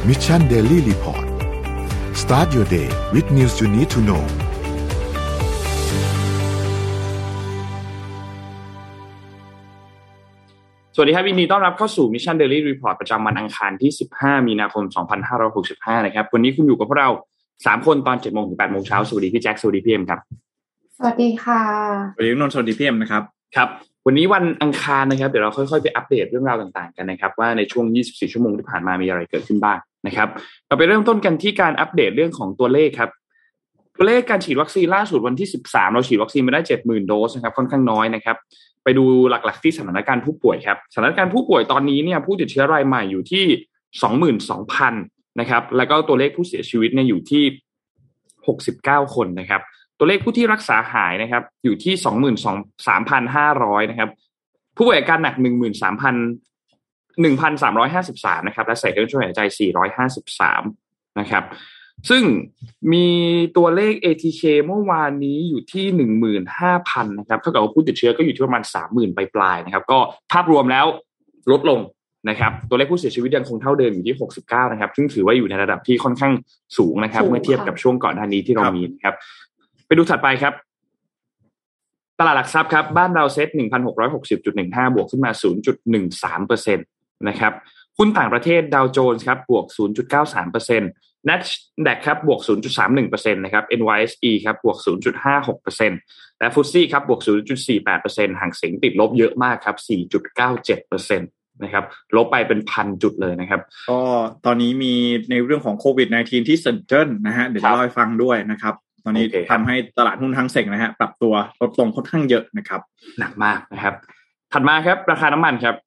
Mission Daily Report Start your day with news you need to know สวัสดีครับยินดีต้อนรับเข้าสู่ Mission Daily Report ประจำวันอังคารที่15มีนาคม2565นะครับวันนี้คุณอยู่กับพวกเรา3คนตอน 7:00 นถึง 8:00 นเช้าสวัสดีพี่แจ็คสวัสดีพี่เอ็มครับสวัสดีค่ะสวัสดีนนท์สวัสดีพี่เอ็มนะครับครับวันนี้วันอังคารนะครับเดี๋ยวเราค่อยๆไปอัปเดตเรื่องราวต่างๆกันนะครับว่าในช่วง24ชั่วโมงที่ผ่านมามีอะไรเกิดขึ้นบ้างนะครับเราไปเริ่มต้นกันที่การอัปเดตเรื่องของตัวเลขครับตัวเลขการฉีดวัคซีนล่าสุดวันที่13เราฉีดวัคซีนไปได้ 70,000 โดสนะครับค่อนข้างน้อยนะครับไปดูหลักๆที่สถานการณ์ผู้ป่วยครับสถานการณ์ผู้ป่วยตอนนี้เนี่ยผู้ติดเชื้อรายใหม่อยู่ที่ 22,000 นะครับแล้วก็ตัวเลขผู้เสียชีวิตเนี่ยอยู่ที่69คนนะครับตัวเลขผู้ที่รักษาหายนะครับอยู่ที่ 23,500 นะครับผู้ป่วยอาการหนัก 1,353 นะครับและใส่เครื่องช่วยหายใจ453นะครับซึ่งมีตัวเลข ATK เมื่อวานนี้อยู่ที่ 15,000 นะครับเท่ากับว่าผู้ติดเชื้อก็อยู่ที่ประมาณ 30,000 ปลายๆนะครับก็ภาพรวมแล้วลดลงนะครับตัวเลขผู้เสียชีวิตยังคงเท่าเดิมอยู่ที่69นะครับซึ่งถือว่าอยู่ในระดับที่ค่อนข้างสูงนะครับเมื่อเทียบกับช่วงก่อนหน้านี้ที่เรามีนะครับไปดูถัดไปครับตลาดหลักทรัพย์ครับบ้านเราเซ็ต 1,660.15 บวกขึ้นมา 0.13% นะครับหุ้นต่างประเทศดาวโจนส์ครับบวก 0.93%NASDAQ ครับบวก 0.31% นะครับ NYSE ครับบวก 0.56% และ FTSE ครับบวก 0.48% ห่างเส็งติดลบเยอะมากครับ 4.97% นะครับลบไปเป็น 1,000 จุดเลยนะครับก็ตอนนี้มีในเรื่องของโควิด -19 ที่เซินเจิ้นนะฮะเดี๋ยวเล่าให้ฟังด้วยนะครับตอนนี้ทำให้ตลาดหุ้นทั้งเซ็งนะฮะปรับตัวลดลงค่อนข้างเยอะนะครับหนักมากนะครับถัดมาครับราคาน้ำมันครับ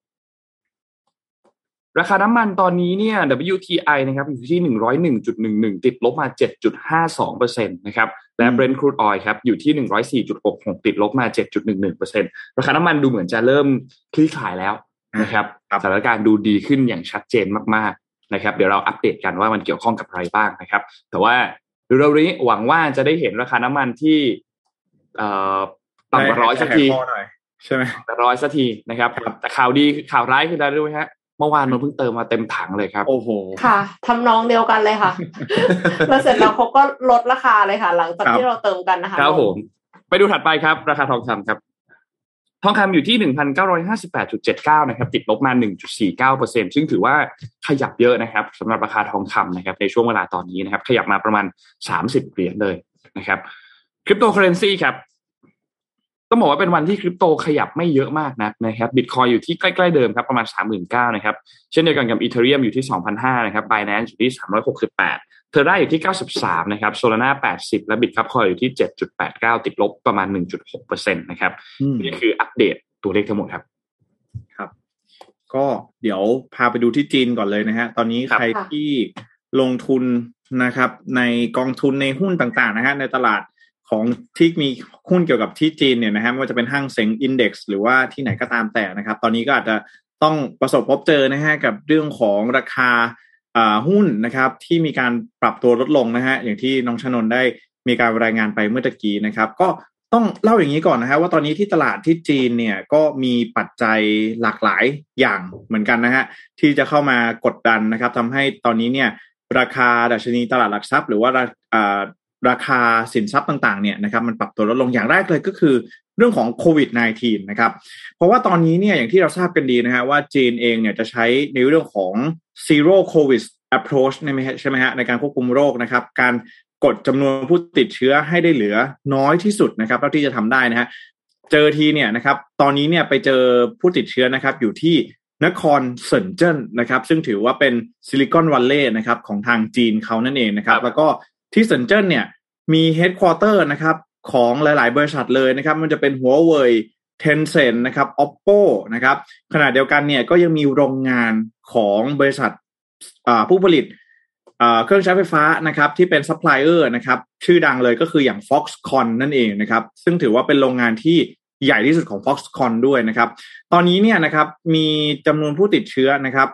ราคาน้ำมันตอนนี้เนี่ย WTI นะครับอยู่ที่ 101.11 ติดลบมา 7.52% นะครับและ Brent crude oil ครับอยู่ที่ 104.66 ติดลบมา 7.11% ราคาน้ำมันดูเหมือนจะเริ่มคลี่คลายแล้วนะครับสถานการณ์ดูดีขึ้นอย่างชัดเจนมากๆนะครับเดี๋ยวเราอัปเดตกันว่ามันเกี่ยวข้องกับอะไรบ้างนะครับแต่ว่าเร็วๆนี้หวังว่าจะได้เห็นราคาน้ำมันที่ต่ำกว่า100สักทีใช่ไหม 100สักทีนะครับแต่ข่าวดีข่าวร้ายคืออะไรรู้ไหมฮะเมื่อวานมันเพิ่งเติมมาเต็มถังเลยครับโอ้โหค่ะทำนองเดียวกันเลยค่ะแล้วเสร็จแล้วเขาก็ลดราคาเลยค่ะหลังจากที่เราเติมกันนะคะครับผมไปดูถัดไปครับราคาทองคำครับทองคำอยู่ที่ 1,958.79 นะครับติดลบมา 1.49% ซึ่งถือว่าขยับเยอะนะครับสำหรับราคาทองคำนะครับในช่วงเวลาตอนนี้นะครับขยับมาประมาณ30 เหรียญเลยนะครับคริปโตเคอเรนซีครับต้องบอกว่าเป็นวันที่คริปโตขยับไม่เยอะมากนะครับบิตคอยอยู่ที่ใกล้ๆเดิมครับประมาณ 39,000 นะครับเช่นเดียวกันกับอีเธเรียมอยู่ที่ 2,500 นะครับ Binance อยู่ที่368เทอร่าอยู่ที่93นะครับ Solana 80และ Bitcoin อยู่ที่ 7.89 ติดลบประมาณ 1.6% นะครับนี่คืออัปเดตตัวเลขทั้งหมดครับครับก็เดี๋ยวพาไปดูที่จีนก่อนเลยนะฮะตอนนี้ใครที่ลงทุนนะครับในกองทุนในหุ้นต่างๆนะฮะในตลาดของที่มีหุ้นเกี่ยวกับที่จีนเนี่ยนะฮะไม่ว่าจะเป็นห้างเส็งอินเด็กซ์หรือว่าที่ไหนก็ตามแต่นะครับตอนนี้ก็อาจจะต้องประสบพบเจอนะฮะกับเรื่องของราคาหุ้นนะครับที่มีการปรับตัวลดลงนะฮะอย่างที่น้องชนนท์ได้มีการรายงานไปเมื่อตะกี้นะครับก็ต้องเล่าอย่างนี้ก่อนนะฮะว่าตอนนี้ที่ตลาดที่จีนเนี่ยก็มีปัจจัยหลากหลายอย่างเหมือนกันนะฮะที่จะเข้ามากดดันนะครับทำให้ตอนนี้เนี่ยราคาดัชนีตลาดหลักทรัพย์หรือว่าราคาสินทรัพย์ต่างๆเนี่ยนะครับมันปรับตัวลดลงอย่างแรกเลยก็คือเรื่องของโควิด -19 นะครับเพราะว่าตอนนี้เนี่ยอย่างที่เราทราบกันดีนะฮะว่าจีนเองเนี่ยจะใช้ในเรื่องของ zero covid approach ใช่ไหมฮะในการควบคุมโรคนะครับการกดจำนวนผู้ติดเชื้อให้ได้เหลือน้อยที่สุดนะครับเท่าที่จะทำได้นะฮะเจอทีเนี่ยนะครับตอนนี้เนี่ยไปเจอผู้ติดเชื้อนะครับอยู่ที่นครเซินเจิ้นนะครับซึ่งถือว่าเป็นซิลิคอนวัลเลย์นะครับของทางจีนเขานั่นเองนะครับแล้วก็ที่เซินเจิ้นเนี่ยมีเฮดควอเตอร์นะครับของหลายๆบริษัทเลยนะครับมันจะเป็นหัวเว่ย Tencent นะครับ Oppo นะครับขณะเดียวกันเนี่ยก็ยังมีโรงงานของบริษัทผู้ผลิตเครื่องใช้ไฟฟ้านะครับที่เป็นซัพพลายเออร์นะครับชื่อดังเลยก็คืออย่าง Foxconn นั่นเองนะครับซึ่งถือว่าเป็นโรงงานที่ใหญ่ที่สุดของ Foxconn ด้วยนะครับตอนนี้เนี่ยนะครับมีจำนวนผู้ติดเชื้อนะครับ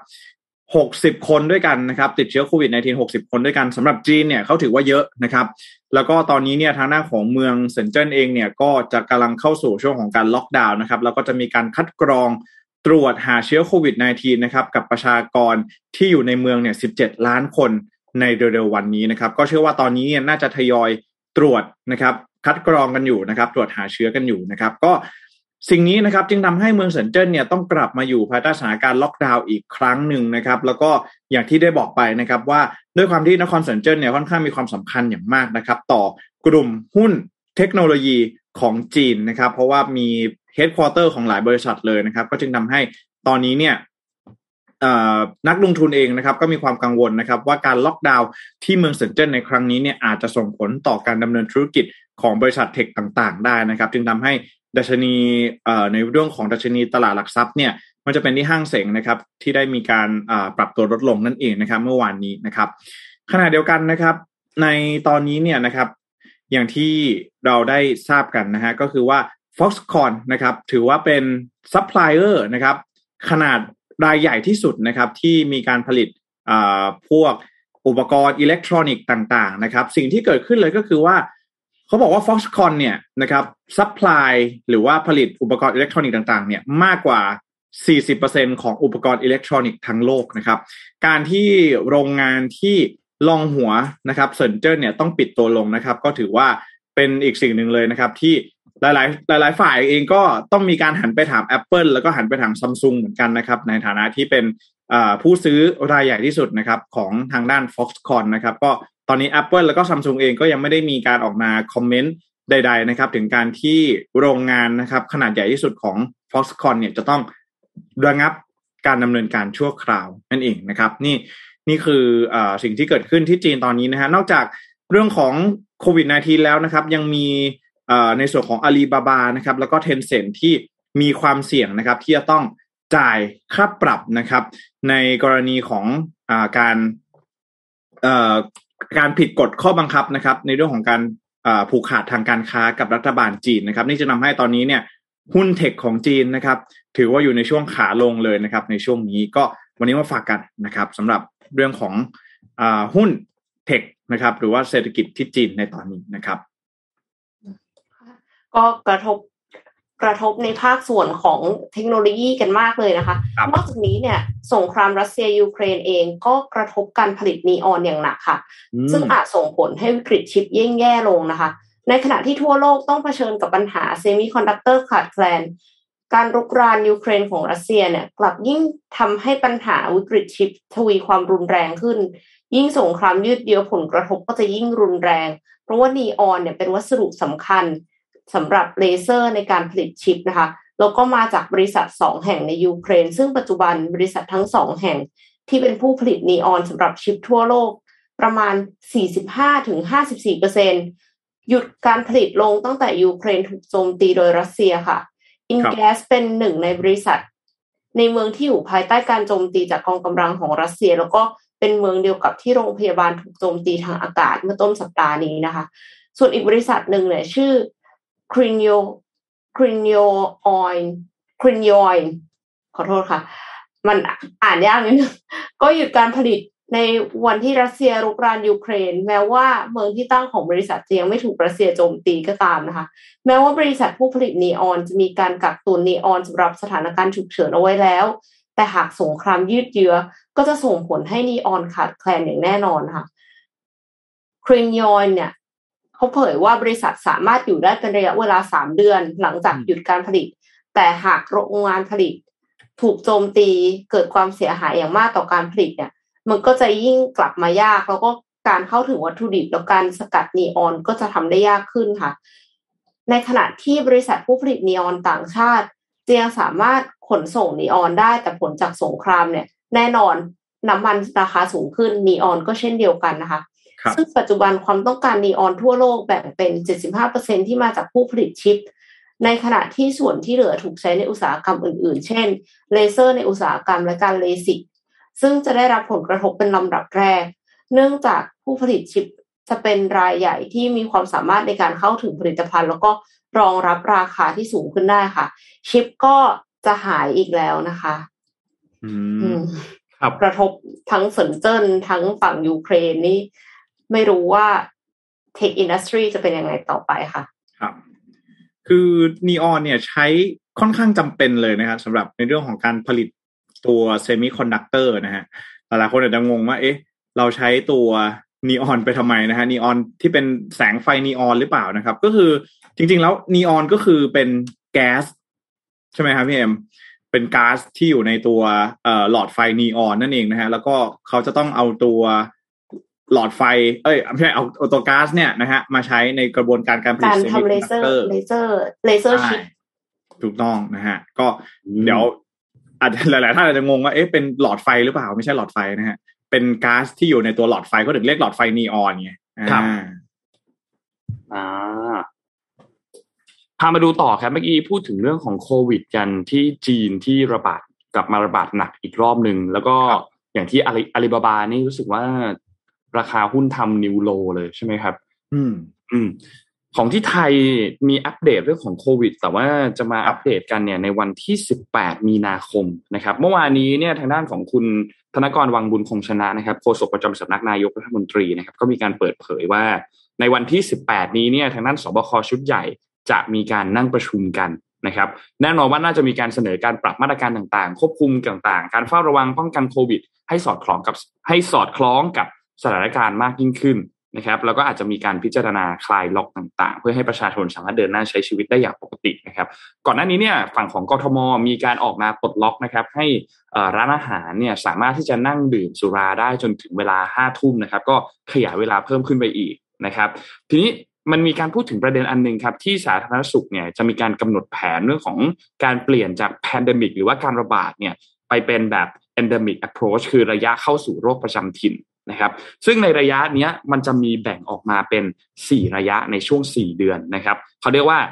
60 คนด้วยกันนะครับติดเชื้อโควิด -19 60 คนด้วยกันสำหรับจีนเนี่ยเขาถือว่าเยอะนะครับแล้วก็ตอนนี้เนี่ยทางหน้าของเมืองเซินเจิ้นเองเนี่ยก็จะกำลังเข้าสู่ช่วงของการล็อกดาวน์นะครับแล้วก็จะมีการคัดกรองตรวจหาเชื้อโควิด -19 นะครับกับประชากรที่อยู่ในเมืองเนี่ย17ล้านคนในเร็วๆวันนี้นะครับก็เชื่อว่าตอนนี้เนี่ยน่าจะทยอยตรวจนะครับคัดกรองกันอยู่นะครับตรวจหาเชื้อกันอยู่นะครับก็สิ่งนี้นะครับจึงทำให้เมืองเซินเจิ้นเนี่ยต้องกลับมาอยู่ภายใต้สถานการณ์ล็อกดาวน์อีกครั้งหนึ่งนะครับแล้วก็อย่างที่ได้บอกไปนะครับว่าด้วยความที่นครเซินเจิ้นเนี่ยค่อนข้างมีความสำคัญอย่างมากนะครับต่อกลุ่มหุ้นเทคโนโลยีของจีนนะครับเพราะว่ามีเฮดควอเตอร์ของหลายบริษัทเลยนะครับก็จึงทำให้ตอนนี้เนี่ยนักลงทุนเองนะครับก็มีความกังวลนะครับว่าการล็อกดาวน์ที่เมืองเซินเจิ้นในครั้งนี้เนี่ยอาจจะส่งผลต่อการดำเนินธุรกิจของบริษัทเทคต่างๆได้นะครับจึงทำให้ดัชนีในเรื่องของดัชนีตลาดหลักทรัพย์เนี่ยมันจะเป็นที่ห้างเส็งนะครับที่ได้มีการปรับตัวลดลงนั่นเองนะครับเมื่อวานนี้นะครับขณะเดียวกันนะครับในตอนนี้เนี่ยนะครับอย่างที่เราได้ทราบกันนะฮะก็คือว่า Foxconn นะครับถือว่าเป็นซัพพลายเออร์นะครับขนาดรายใหญ่ที่สุดนะครับที่มีการผลิตพวกอุปกรณ์อิเล็กทรอนิกส์ต่างๆนะครับสิ่งที่เกิดขึ้นเลยก็คือว่าเขาบอกว่า Foxconn เนี่ยนะครับซัพพลายหรือว่าผลิตอุปกรณ์อิเล็กทรอนิกส์ต่างๆเนี่ยมากกว่า 40% ของอุปกรณ์อิเล็กทรอนิกส์ทั้งโลกนะครับการที่โรงงานที่ลองหัวนะครับเซินเจิ้นเนี่ยต้องปิดตัวลงนะครับก็ถือว่าเป็นอีกสิ่งหนึ่งเลยนะครับที่หลายฝ่ายเองก็ต้องมีการหันไปถาม Apple แล้วก็หันไปถาม Samsung เหมือนกันนะครับในฐานะที่เป็นผู้ซื้อรายใหญ่ที่สุดนะครับของทางด้าน Foxconn นะครับก็ตอนนี้ Apple แล้วก็ Samsung เองก็ยังไม่ได้มีการออกมาคอมเมนต์ใดๆนะครับถึงการที่โรงงานนะครับขนาดใหญ่ที่สุดของ Foxconn เนี่ยจะต้องระงับการดำเนินการชั่วคราวนั่นเองนะครับนี่คือสิ่งที่เกิดขึ้นที่จีนตอนนี้นะฮะนอกจากเรื่องของโควิด -19 แล้วนะครับยังมีในส่วนของ Alibaba นะครับแล้วก็ Tencent ที่มีความเสี่ยงนะครับที่จะต้องจ่ายค่าปรับนะครับในกรณีของการผิดกฎข้อบังคับนะครับในเรื่องของการผูกขาดทางการค้ากับรัฐบาลจีนนะครับนี่จะทำให้ตอนนี้เนี่ยหุ้นเทคของจีนนะครับถือว่าอยู่ในช่วงขาลงเลยนะครับในช่วงนี้ก็วันนี้มาฝากกันนะครับสำหรับเรื่องของหุ้นเทคนะครับหรือว่าเศรษฐกิจที่จีนในตอนนี้นะครับก็กระทบในภาคส่วนของเทคโนโลยีกันมากเลยนะคะนอกจากนี้เนี่ยสงครามรัสเซียยูเครนเองก็กระทบการผลิตนีออนอย่างหนักค่ะซึ่งอาจส่งผลให้วิกฤตชิปยิ่งแย่ลงนะคะในขณะที่ทั่วโลกต้องเผชิญกับปัญหาเซมิคอนดักเตอร์ขาดแคลนการรุกรานยูเครนของรัสเซียเนี่ยกลับยิ่งทำให้ปัญหาวิกฤตชิปทวีความรุนแรงขึ้นยิ่งสงครามยืดเยื้อผลกระทบก็จะยิ่งรุนแรงเพราะว่านีออนเนี่ยเป็นวัสดุสำคัญสำหรับเลเซอร์ในการผลิตชิปนะคะแล้วก็มาจากบริษัท2แห่งในยูเครนซึ่งปัจจุบันบริษัททั้ง2แห่งที่เป็นผู้ผลิตนีออนสำหรับชิปทั่วโลกประมาณ 45-54% หยุดการผลิตลงตั้งแต่ยูเครนถูกโจมตีโดยรัสเซียค่ะInGas เป็นหนึ่งในบริษัทในเมืองที่อยู่ภายใต้การโจมตีจากกองกำลังของรัสเซียแล้วก็เป็นเมืองเดียวกับที่โรงพยาบาลถูกโจมตีทางอากาศเมื่อต้นสัปดาห์นี้นะคะส่วนอีกบริษัทหนึ่งเนี่ยชื่อCrinoin ขอโทษค่ะมันอ่านยากนิดนึงก็หยุดการผลิตในวันที่รัสเซียรุกรานยูเครนแม้ว่าเมืองที่ตั้งของบริษัทจะยังไม่ถูกรัสเซียโจมตีก็ตามนะคะแม้ว่าบริษัทผู้ผลิตนีออนจะมีการกักตุนนีออนสำหรับสถานการณ์ฉุกเฉินเอาไว้แล้วแต่หากสงครามยืดเยื้อก็จะส่งผลให้นีออนขาดแคลนอย่างแน่นอนค่ะ Crinoin เนี่ยเขาเผยว่าบริษัทสามารถอยู่ได้เป็นระยะเวลา3เดือนหลังจากหยุดการผลิตแต่หากโรงงานผลิตถูกโจมตีเกิดความเสียหายอย่างมากต่อการผลิตเนี่ยมันก็จะยิ่งกลับมายากแล้วก็การเข้าถึงวัตถุดิบแล้วการสกัดนีออนก็จะทำได้ยากขึ้นค่ะในขณะที่บริษัทผู้ผลิตนีออนต่างชาติจะยังสามารถขนส่งนีออนได้แต่ผลจากสงครามเนี่ยแน่นอนน้ำมันราคาสูงขึ้นนีออนก็เช่นเดียวกันนะคะซึ่งปัจจุบันความต้องการนีออนทั่วโลกแบ่งเป็น 75% ที่มาจากผู้ผลิตชิปในขณะที่ส่วนที่เหลือถูกใช้ในอุตสาหกรรมอื่นๆเช่นเลเซอร์ในอุตสาหกรรมและการเลสิกซึ่งจะได้รับผลกระทบเป็นลำดับแรกเนื่องจากผู้ผลิตชิปจะเป็นรายใหญ่ที่มีความสามารถในการเข้าถึงผลิตภัณฑ์แล้วก็รองรับราคาที่สูงขึ้นได้ค่ะชิปก็จะหายอีกแล้วนะคะกระทบทั้งเซินเจิ้นทั้งฝั่งยูเครนนี่ไม่รู้ว่า Tech Industry จะเป็นยังไงต่อไปค่ะครับคือนีออนเนี่ยใช้ค่อนข้างจำเป็นเลยนะครับสำหรับในเรื่องของการผลิตตัวเซมิคอนดักเตอร์นะฮะหลายคนอาจจะงงว่าเอ๊ะเราใช้ตัวนีออนไปทำไมนะฮะนีออนที่เป็นแสงไฟนีออนหรือเปล่านะครับก็คือจริงๆแล้วนีออนก็คือเป็นแก๊สใช่ไหมครับพี่เอ็มเป็นก๊าซที่อยู่ในตัวหลอดไฟนีออนนั่นเองนะฮะแล้วก็เขาจะต้องเอาตัวหลอดไฟไม่ใช่เอาตัวก๊าซเนี่ยนะฮะมาใช้ในกระบวนการผลิตเซมิคอนดักเตอร์เลเซอร์ชิปถูกต้องนะฮะก็เดี๋ยวอาจจะหลายๆท่านอาจจะงงว่าเอ๊ะเป็นหลอดไฟหรือเปล่าไม่ใช่หลอดไฟนะฮะเป็นก๊าซที่อยู่ในตัวหลอดไฟก็ถึงเรียกหลอดไฟนีออนไงครับพามาดูต่อครับเมื่อกี้พูดถึงเรื่องของโควิดกันที่จีนที่ระบาดกลับมาระบาดหนักอีกรอบนึงแล้วก็อย่างที่อาลีบาบานี่รู้สึกว่าราคาหุ้นทำนิวโลเลยใช่ไหมครับของที่ไทยมีอัปเดตเรื่องของโควิดแต่ว่าจะมาอัปเดตกันเนี่ยในวันที่18มีนาคมนะครับเมื่อวานนี้เนี่ยทางด้านของคุณธนกรวังบุญคงชนะนะครับโฆษกประจำสำนักนายกรัฐมนตรีนะครับก็มีการเปิดเผยว่าในวันที่18นี้เนี่ยทางด้านสบคชุดใหญ่จะมีการนั่งประชุมกันนะครับแน่นอนว่าน่าจะมีการเสนอการปรับมาตรการต่างๆควบคุมต่างๆการเฝ้าระวังป้องกันโควิดให้สอดคล้องกับสถานการณ์มากยิ่งขึ้นนะครับแล้วก็อาจจะมีการพิจารณาคลายล็อกต่างๆเพื่อให้ประชาชนสามารถเดินหน้าใช้ชีวิตได้อย่างปกตินะครับก่อนหน้านี้เนี่ยฝั่งของกทมมีการออกมาปลดล็อกนะครับให้ร้านอาหารเนี่ยสามารถที่จะนั่งดื่มสุราได้จนถึงเวลา 5 ทุ่มนะครับก็ขยายเวลาเพิ่มขึ้นไปอีกนะครับทีนี้มันมีการพูดถึงประเด็นอันนึงครับที่สาธารณสุขเนี่ยจะมีการกำหนดแผนเรื่องของการเปลี่ยนจาก pandemic หรือว่าการระบาดเนี่ยไปเป็นแบบ endemic approach คือระยะเข้าสู่โรคประจำถิ่นนะครับซึ่งในระยะนี้มันจะมีแบ่งออกมาเป็น4ระยะในช่วง4เดือนนะครับเขาเรียกว่า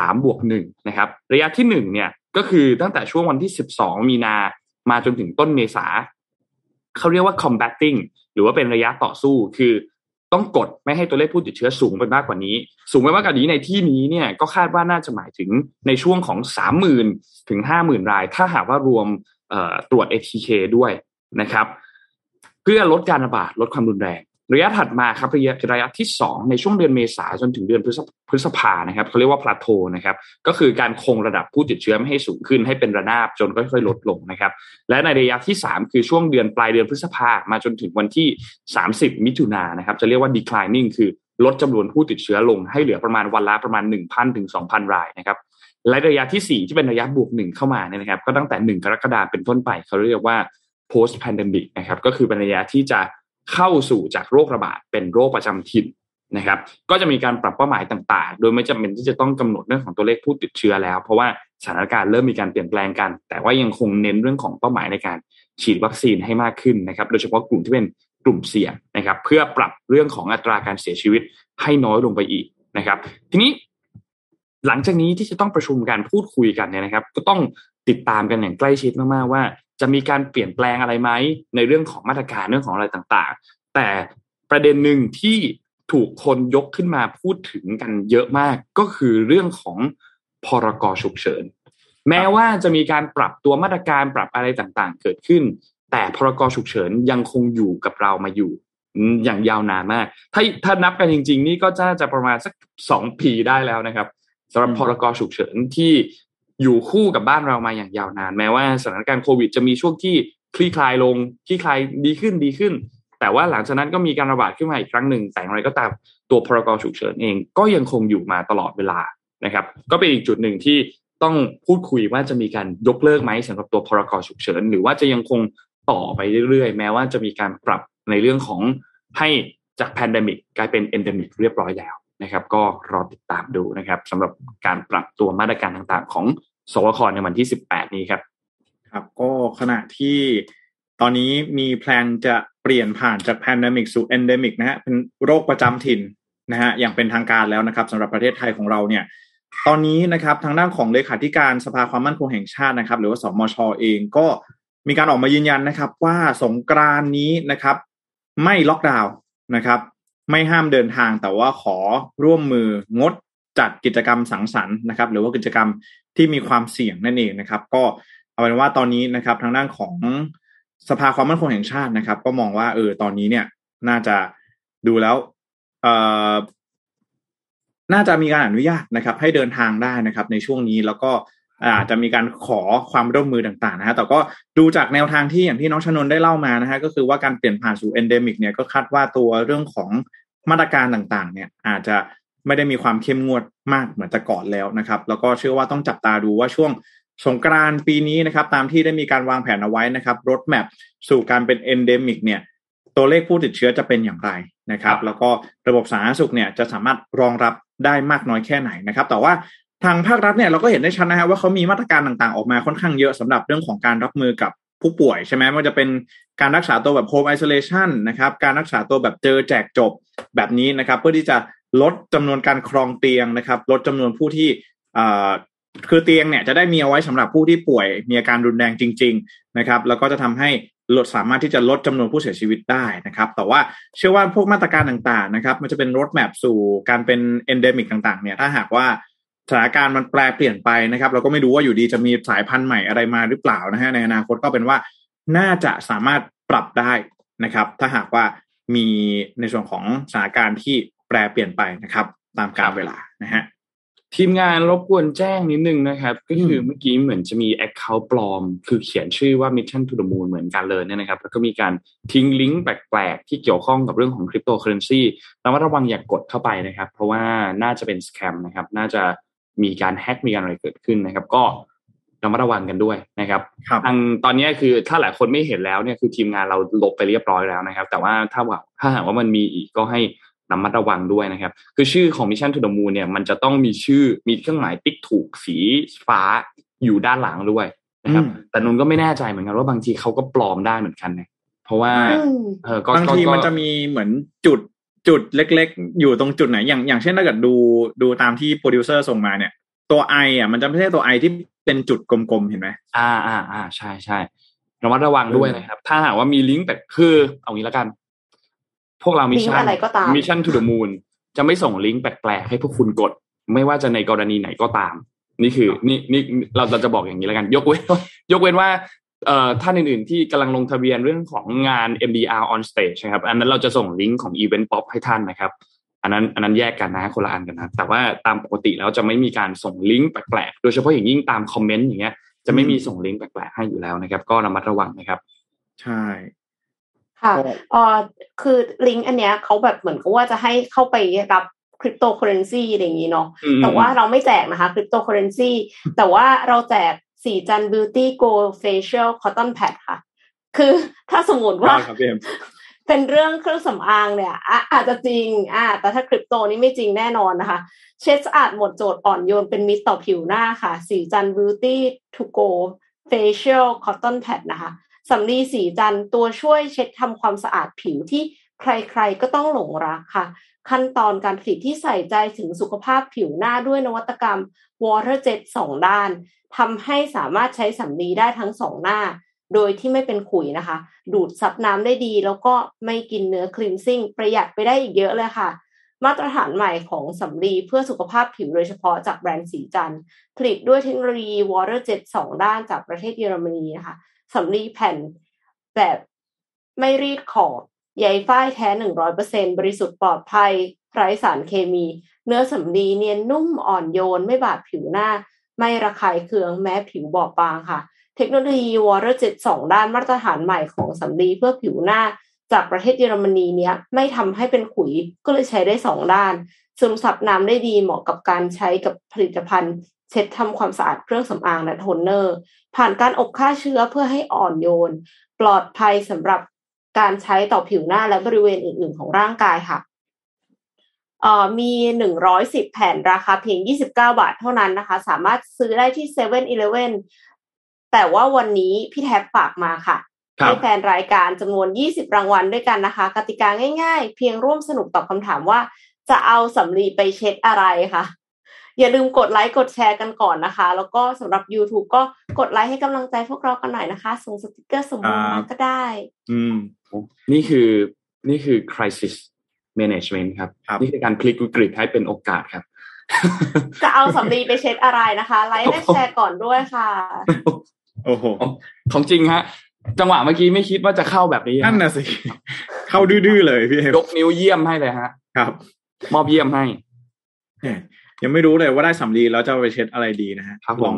3+1นะครับระยะที่1เนี่ยก็คือตั้งแต่ช่วงวันที่12มีนามาจนถึงต้นเมษาเขาเรียกว่า combating หรือว่าเป็นระยะต่อสู้คือต้องกดไม่ให้ตัวเลขผู้ติดเชื้อสูงไปมากกว่านี้ในที่นี้เนี่ยก็คาดว่าน่าจะหมายถึงในช่วงของ 30,000 ถึง 50,000 รายถ้าหากว่ารวมตรวจ ATK ด้วยนะครับเพื่อลดการระบาดลดความรุนแรงระยะถัดมาครับระยะที่2ในช่วงเดือนเมษายนจนถึงเดือนพฤษภานะครับเขาเรียกว่าพลาโทนะครับก็คือการคงระดับผู้ติดเชื้อไม่ให้สูงขึ้นให้เป็นระนาบจนค่อยๆลดลงนะครับและในระยะที่3คือช่วงเดือนปลายเดือนพฤษภามาจนถึงวันที่30มิถุนายนนะครับจะเรียกว่า declining คือลดจำนวนผู้ติดเชื้อลงให้เหลือประมาณวันละประมาณ 1,000 ถึง 2,000 รายนะครับและระยะที่4ที่เป็นระยะบวก1เข้ามาเนี่ยนะครับก็ตั้งแต่1กรกฎาคมเป็นต้นไปเขาเรียกว่า post pandemic นะครับก็คือเป็นระยะที่จะเข้าสู่จากโรคระบาดเป็นโรคประจำถิ่นนะครับก็จะมีการปรับเป้าหมายต่างๆโดยไม่จำเป็นที่จะต้องกำหนดเรื่องของตัวเลขผู้ติดเชื้อแล้วเพราะว่าสถานการณ์เริ่มมีการเปลี่ยนแปลงกันแต่ว่ายังคงเน้นเรื่องของเป้าหมายในการฉีดวัคซีนให้มากขึ้นนะครับโดยเฉพาะกลุ่มที่เป็นกลุ่มเสี่ยงนะครับเพื่อปรับเรื่องของอัตราการเสียชีวิตให้น้อยลงไปอีกนะครับทีนี้หลังจากนี้ที่จะต้องประชุมการพูดคุยกันเนี่ยนะครับก็ต้องติดตามกันอย่างใกล้ชิดมากๆว่าจะมีการเปลี่ยนแปลงอะไรไหมในเรื่องของมาตรการเรื่องของอะไรต่างๆแต่ประเด็นหนึ่งที่ถูกคนยกขึ้นมาพูดถึงกันเยอะมากก็คือเรื่องของพรก.ฉุกเฉินแม้ว่าจะมีการปรับตัวมาตรการปรับอะไรต่างๆเกิดขึ้นแต่พรก.ฉุกเฉินยังคงอยู่กับเรามาอยู่อย่างยาวนานมากถ้านับกันจริงๆนี่ก็จะประมาณสัก2 ปีได้แล้วนะครับสำหรับพรก.ฉุกเฉินที่อยู่คู่กับบ้านเรามาอย่างยาวนานแม้ว่าสถานการณ์โควิดจะมีช่วงที่คลี่คลายลงคลี่คลายดีขึ้นแต่ว่าหลังจากนั้นก็มีการระบาดขึ้นมาอีกครั้งหนึ่งแต่อย่างไรก็ตามตัวพรก.ฉุกเฉินเองก็ยังคงอยู่มาตลอดเวลานะครับก็เป็นอีกจุดหนึ่งที่ต้องพูดคุยว่าจะมีการยกเลิกไหมสำหรับตัวพรก.ฉุกเฉินหรือว่าจะยังคงต่อไปเรื่อยๆแม้ว่าจะมีการปรับในเรื่องของให้จากแพนเดมิกกลายเป็นเอนเดมิกเรียบร้อยแล้วนะครับก็รอติดตามดูนะครับสำหรับการปรับตัวมาตรการต่างๆของสบคในวันที่18นี้ครับครับก็ขณะที่ตอนนี้มีแพลนจะเปลี่ยนผ่านจากแพนเดมิกสู่เอนเดมิกนะฮะเป็นโรคประจำถิ่นนะฮะอย่างเป็นทางการแล้วนะครับสำหรับประเทศไทยของเราเนี่ยตอนนี้นะครับทางด้านของเลขาธิการสภาความมั่นคงแห่งชาตินะครับหรือว่าสมช.เองก็มีการออกมายืนยันนะครับว่าสงกรานต์นี้นะครับไม่ล็อกดาวน์นะครับไม่ห้ามเดินทางแต่ว่าขอร่วมมืองดจัดกิจกรรมสังสรรค์นะครับหรือว่ากิจกรรมที่มีความเสี่ยงนั่นเองนะครับก็เอาเป็นว่าตอนนี้นะครับทางด้านของสภาความมั่นคงแห่งชาตินะครับก็มองว่าตอนนี้เนี่ยน่าจะดูแล้วน่าจะมีการอนุญาตนะครับให้เดินทางได้นะครับในช่วงนี้แล้วก็อาจจะมีการขอความร่วมมือต่างๆนะฮะแต่ก็ดูจากแนวทางที่อย่างที่น้องชนนท์ได้เล่ามานะฮะก็คือว่าการเปลี่ยนผ่านสู่ endemic เนี่ยก็คาดว่าตัวเรื่องของมาตรการต่างๆเนี่ยอาจจะไม่ได้มีความเข้มงวดมากเหมือนแต่ก่อนแล้วนะครับแล้วก็เชื่อว่าต้องจับตาดูว่าช่วงสงกรานต์ปีนี้นะครับตามที่ได้มีการวางแผนเอาไว้นะครับรถแมพสู่การเป็น endemic เนี่ยตัวเลขผู้ติดเชื้อจะเป็นอย่างไรนะครับแล้วก็ระบบสาธารณสุขเนี่ยจะสามารถรองรับได้มากน้อยแค่ไหนนะครับแต่ว่าทางภาครัฐเนี่ยเราก็เห็นได้ชัดนะฮะว่าเขามีมาตรการต่างๆออกมาค่อนข้างเยอะสำหรับเรื่องของการรับมือกับผู้ป่วยใช่ไหมว่าจะเป็นการรักษาตัวแบบ home isolation นะครับการรักษาตัวแบบเจอแจกจบแบบนี้นะครับเพื่อที่จะลดจำนวนการครองเตียงนะครับลดจำนวนผู้ที่คือเตียงเนี่ยจะได้มีเอาไว้สำหรับผู้ที่ป่วยมีอาการรุนแรงจริงๆนะครับแล้วก็จะทำให้สามารถที่จะลดจำนวนผู้เสียชีวิตได้นะครับแต่ว่าเชื่อว่าพวกมาตรการต่างๆนะครับมันจะเป็น road map สู่การเป็น endemic ต่างๆเนี่ยถ้าหากว่าสถานการณ์มันแปรเปลี่ยนไปนะครับเราก็ไม่รู้ว่าอยู่ดีจะมีสายพันธุ์ใหม่อะไรมาหรือเปล่านะฮะในอนาคตก็เป็นว่าน่าจะสามารถปรับได้นะครับถ้าหากว่ามีในส่วนของสถานการณ์ที่แปรเปลี่ยนไปนะครับตามกาลเวลานะฮะทีมงานรบกวนแจ้งนิดนึงนะครับก็คือเมื่อกี้เหมือนจะมี account ปลอมคือเขียนชื่อว่า Mission to the Moon เหมือนกันเลยเนี่ยนะครับแล้วก็มีการทิ้งลิงก์แปลกๆที่เกี่ยวข้องกับเรื่องของ cryptocurrency แต่ว่าระวังอย่ากดเข้าไปนะครับเพราะว่าน่าจะเป็น scam นะครับน่าจะมีการแฮ็กมีการอะไรเกิดขึ้นนะครับก็ระมัดระวังกันด้วยนะครับทางตอนนี้คือถ้าหลายคนไม่เห็นแล้วเนี่ยคือทีมงานเราลบไปเรียบร้อยแล้วนะครับแต่ว่าถ้าหากว่ามันมีอีกก็ให้ระมัดระวังด้วยนะครับคือชื่อของ Mission to the Moon เนี่ยมันจะต้องมีชื่อมีเครื่องหมายติ๊กถูกสีฟ้าอยู่ด้านหลังด้วยนะครับแต่นนก็ไม่แน่ใจเหมือนกันว่าบางทีเขาก็ปลอมได้เหมือนกันนะเพราะว่าบางทีมันจะมีเหมือนจุดเล็กๆอยู่ตรงจุดไหนอย่างเช่นถ้าเกิดดูตามที่โปรดิวเซอร์ส่งมาเนี่ยตัว I อ่ะมันจะไม่ใช่ตัว I ที่เป็นจุดกลมๆเห็นไหมใช่ระมัดระวังด้วยนะครับถ้าหากว่ามีลิงก์แบบคือเอางี้แล้วกันพวกเราMission to the Moon จะไม่ส่งลิงก์แปลกๆให้พวกคุณกดไม่ว่าจะในกรณีไหนก็ตามนี่คือนี่เราจะบอกอย่างนี้แล้วกันยกเว้นว่าท่านอื่นๆที่กำลังลงทะเบียนเรื่องของงาน MDR on stage นะครับอันนั้นเราจะส่งลิงก์ของ Event Pop ให้ท่านนะครับอันนั้นแยกกันนะคนละอันกันนะแต่ว่าตามปกติแล้วจะไม่มีการส่งลิงก์แปลกๆโดยเฉพาะอย่างยิ่งตามคอมเมนต์อย่างเงี้ยจะไม่มีส่งลิงก์แปลกๆให้อยู่แล้วนะครับก็ระมัดระวังนะครับใช่ค่ะคือลิงก์อันเนี้ยเขาแบบเหมือนกับว่าจะให้เข้าไปรับคริปโตเคอเรนซีอะไรอย่างนี้เนาะแต่ว่าเราไม่แจกนะคะคริปโตเคอเรนซีแต่ว่าเราแจกสีจัน Beauty Gold Facial Cotton Pad ค่ะคือถ้าสมมติว่าเป็นเรื่องเครื่องสำอางเนี่ยอาจจะจริงแต่ถ้าคริปโตนี่ไม่จริงแน่นอนนะคะเช็ดสะอาดหมดจดอ่อนโยนเป็นมิตรต่อผิวหน้าค่ะสีจัน Beauty to Go Facial Cotton Pad นะคะสำลีสีจันตัวช่วยเช็ดทำความสะอาดผิวที่ใครๆก็ต้องหลงรักค่ะขั้นตอนการผลิตที่ใส่ใจถึงสุขภาพผิวหน้าด้วยนวัตกรรม Water Jet 2 ด้านทำให้สามารถใช้สำลีได้ทั้ง2หน้าโดยที่ไม่เป็นขุยนะคะดูดซับน้ำได้ดีแล้วก็ไม่กินเนื้อคลีนซิ่งประหยัดไปได้อีกเยอะเลยค่ะมาตรฐานใหม่ของสำลีเพื่อสุขภาพผิวโดยเฉพาะจากแบรนด์สีจันผลิตด้วยเทคโนโลยี Water Jet 2 ด้านจากประเทศเยอรมนีนะคะสำลีแผ่นแบบไม่รีดขอบใยฝ้ายแท้ 100% บริสุทธิ์ปลอดภัยไร้สารเคมีเนื้อสำลีเนียนนุ่มอ่อนโยนไม่บาดผิวหน้าไม่ระคายเคืองแม้ผิวบอบบางค่ะเทคโนโลยี Water Jet 2 ด้านมาตรฐานใหม่ของสำลีเพื่อผิวหน้าจากประเทศเยอรมนีเนี้ยไม่ทำให้เป็นขุยก็เลยใช้ได้2ด้านซึมซับน้ำได้ดีเหมาะกับการใช้กับผลิตภัณฑ์เช็ดทำความสะอาดเครื่องสำอางและโทนเนอร์ผ่านการอบฆ่าเชื้อเพื่อให้อ่อนโยนปลอดภัยสำหรับการใช้ต่อผิวหน้าและบริเวณอื่นๆของร่างกายค่ะมี110แผ่นราคาเพียง29 บาทเท่านั้นนะคะสามารถซื้อได้ที่ 7-Eleven แต่ว่าวันนี้พี่แท็บฝากมาค่ะให้แฟนรายการจำนวน20รางวัลด้วยกันนะคะกติกาง่ายๆเพียงร่วมสนุกตอบคำถามว่าจะเอาสำลีไปเช็ดอะไรค่ะอย่าลืมกดไลค์กดแชร์กันก่อนนะคะแล้วก็สำหรับ YouTube ก็กดไลค์ให้กำลังใจพวกเรากันหน่อยนะคะส่งสติกเกอร์สมมุติมาก็ได้นี่คือ crisis management ครับนี่คือการพลิกวิกฤตให้เป็นโอกาสครับจะเอาสำลีไปเช็ดอะไรนะคะไลค์และแชร์ก่อนด้วยค่ะโอ้โหของจริงฮะจังหวะเมื่อกี้ไม่คิดว่าจะเข้าแบบนี้นั่นน่ะสิเข้าดื้อๆเลยพี่ยกนิ้วเยี่ยมให้เลยฮะครับมอบเยี่ยมให้ยังไม่รู้เลยว่าได้สำลีแล้วจะไปเช็ดอะไรดีนะฮะลองใ